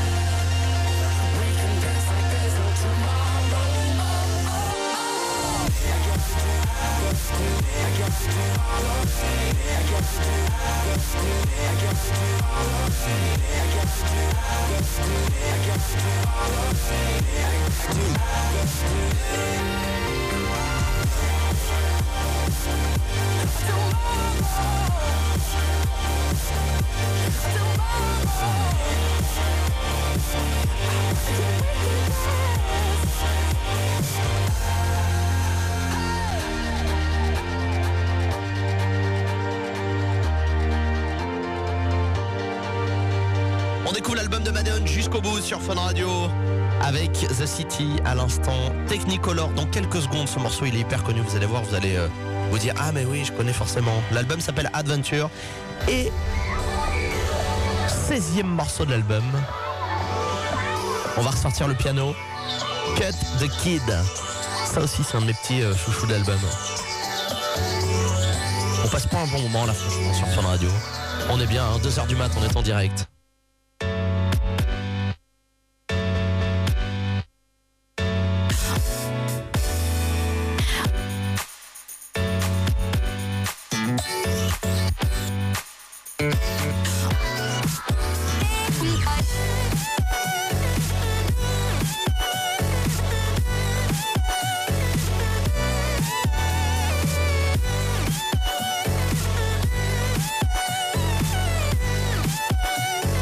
we can dance like there's no tomorrow. On découvre l'album de Madeon jusqu'au bout sur Fun Radio avec The City à l'instant. Technicolor dans quelques secondes. Ce morceau il est hyper connu, vous allez voir, vous allez euh, vous dire ah mais oui je connais forcément. L'album s'appelle Adventure et seizième morceau de l'album. On va ressortir le piano. Cut the Kid. Ça aussi c'est un de mes petits euh, chouchous de l'album. On passe pas un bon moment là franchement sur Fun Radio. On est bien, hein, deux heures du mat, on est en direct. I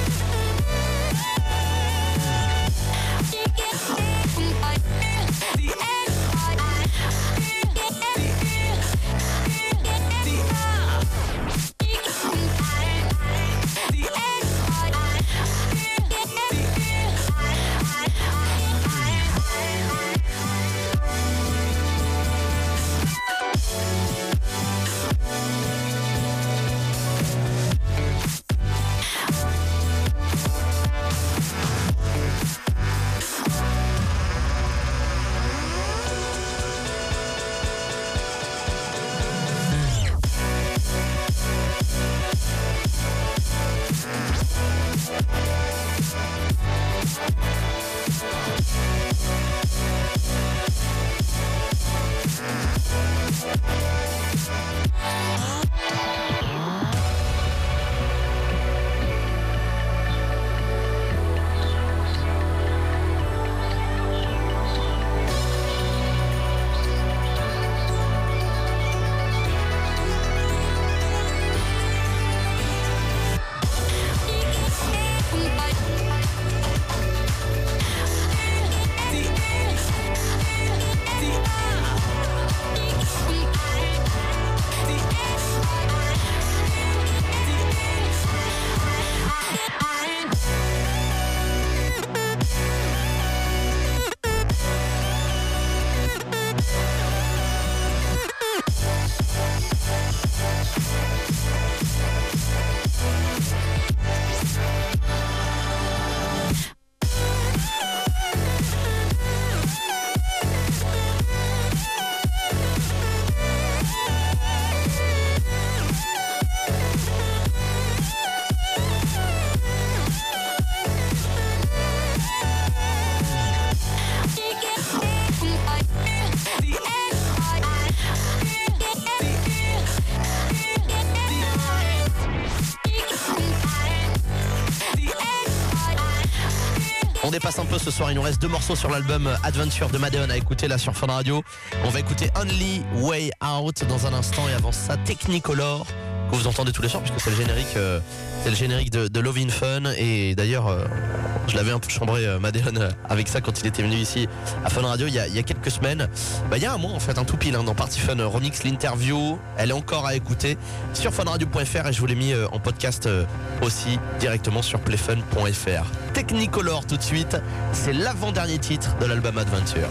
On dépasse un peu ce soir, il nous reste deux morceaux sur l'album Adventure de Madeon à écouter là sur Fun Radio. On va écouter Only Way Out dans un instant et avant ça Technicolor que vous entendez tous les soirs puisque c'est le générique, euh, c'est le générique de, de Lovin' Fun et d'ailleurs euh, je l'avais un peu chambré euh, Madeon euh, avec ça quand il était venu ici à Fun Radio il y a, il y a quelques semaines. Bah, il y a un mois en fait, un tout pile hein, dans Party Fun euh, Remix l'interview. Elle est encore à écouter sur funradio point f r et je vous l'ai mis euh, en podcast euh, aussi directement sur playfun point f r. Technicolor tout de suite, c'est l'avant-dernier titre de l'album Adventure.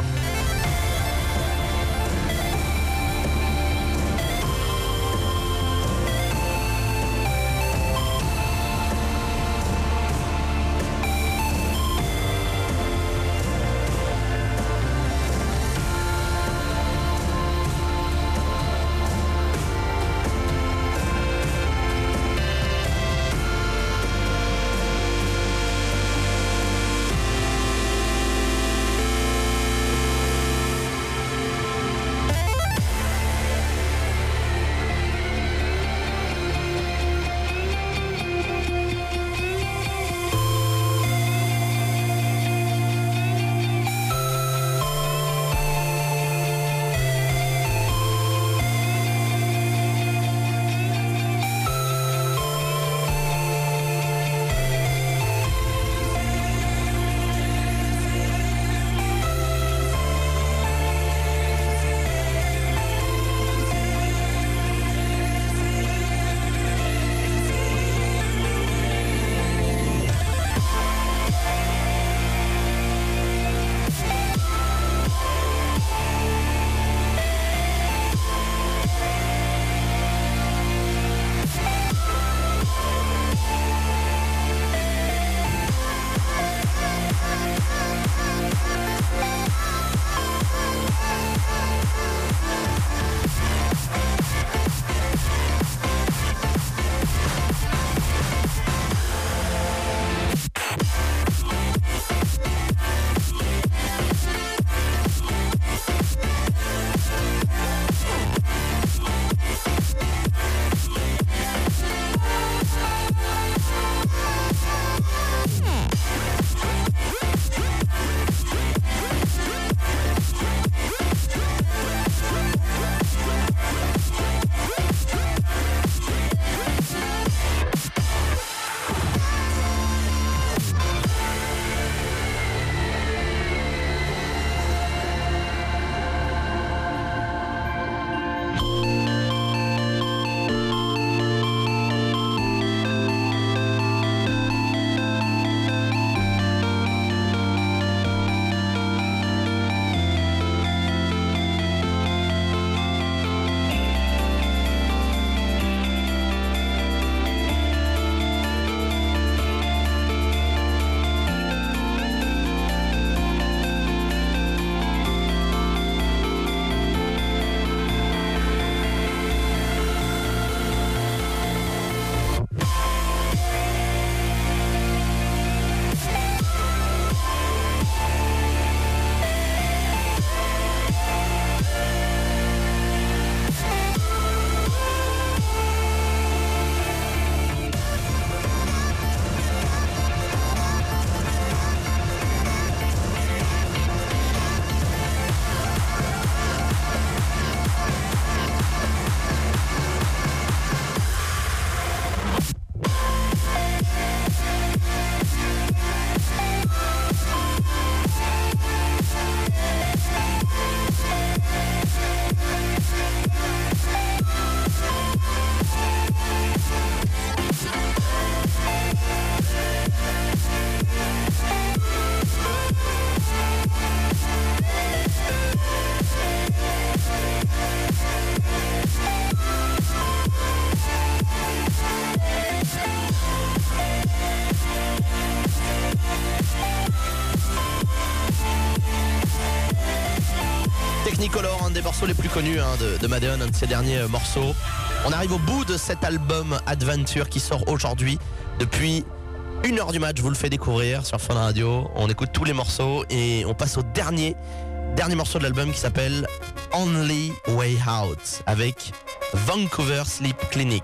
Technicolor, un des morceaux les plus connus hein, de, de Madeon, un de ses derniers euh, morceaux. On arrive au bout de cet album Adventure qui sort aujourd'hui depuis une heure du match. Je vous le fais découvrir sur Fun Radio. On écoute tous les morceaux et on passe au dernier, dernier morceau de l'album qui s'appelle Only Way Out avec Vancouver Sleep Clinic.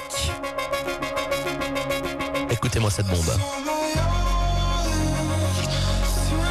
Écoutez-moi cette bombe. See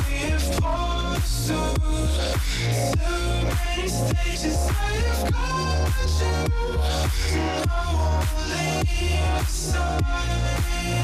we have passed through too many stages. I have got you, and I won't leave your side.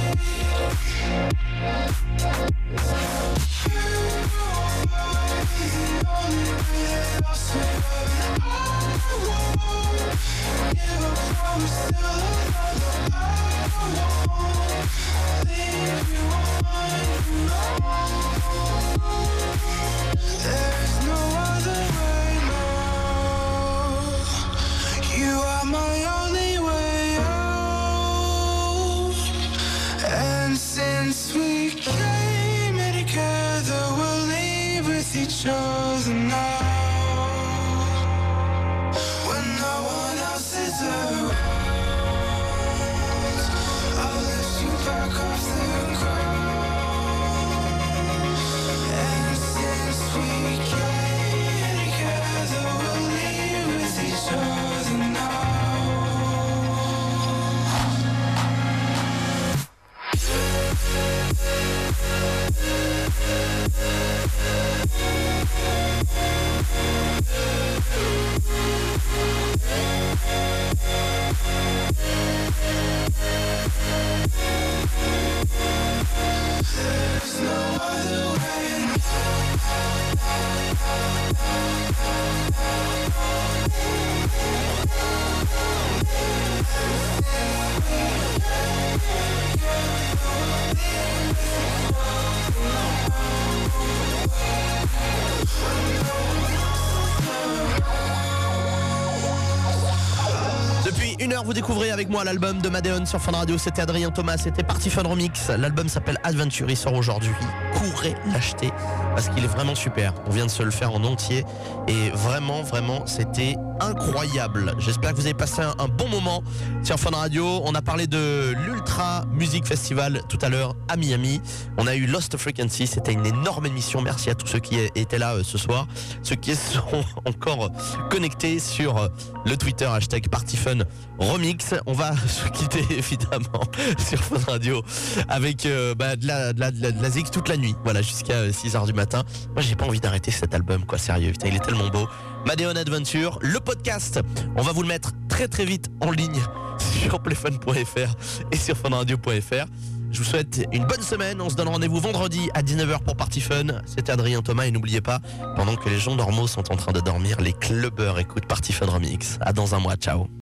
You are the only way that I'll survive. I won't give a promise till I I won't leave you on your own. There's no other way, no. You are my only way out. And since we came here together, we'll leave with each other now. When no one else is around, I'll lift you back off the ground. And since we came together, we'll leave with each other now. There's no other way. Depuis une heure, vous découvrez avec moi l'album de Madeon sur Fun Radio. C'était Adrien Thomas, c'était Party Fun Remix. L'album s'appelle Adventure, il sort aujourd'hui. Courez l'acheter parce qu'il est vraiment super. On vient de se le faire en entier et vraiment, vraiment, c'était incroyable. J'espère que vous avez passé un, un bon moment sur Fun Radio. On a parlé de l'Ultra Music Festival tout à l'heure à Miami. On a eu Lost Frequency, c'était une énorme émission. Merci à tous ceux qui étaient là euh, ce soir, ceux qui sont encore connectés sur euh, le Twitter hashtag Party Fun Remix. On va se quitter évidemment sur Fun Radio avec euh, bah, de, la, de, la, de, la, de la zik toute la nuit, voilà, jusqu'à six heures du matin. Moi j'ai pas envie d'arrêter cet album, quoi, sérieux, putain, il est tellement beau. Madeon Adventure, le podcast, on va vous le mettre très très vite en ligne sur playfun point f r et sur funradio point f r. Je vous souhaite une bonne semaine, on se donne rendez-vous vendredi à dix-neuf heures pour Party Fun. C'était Adrien Thomas et n'oubliez pas, pendant que les gens normaux sont en train de dormir, les clubbers écoutent Party Fun Remix. À dans un mois, ciao.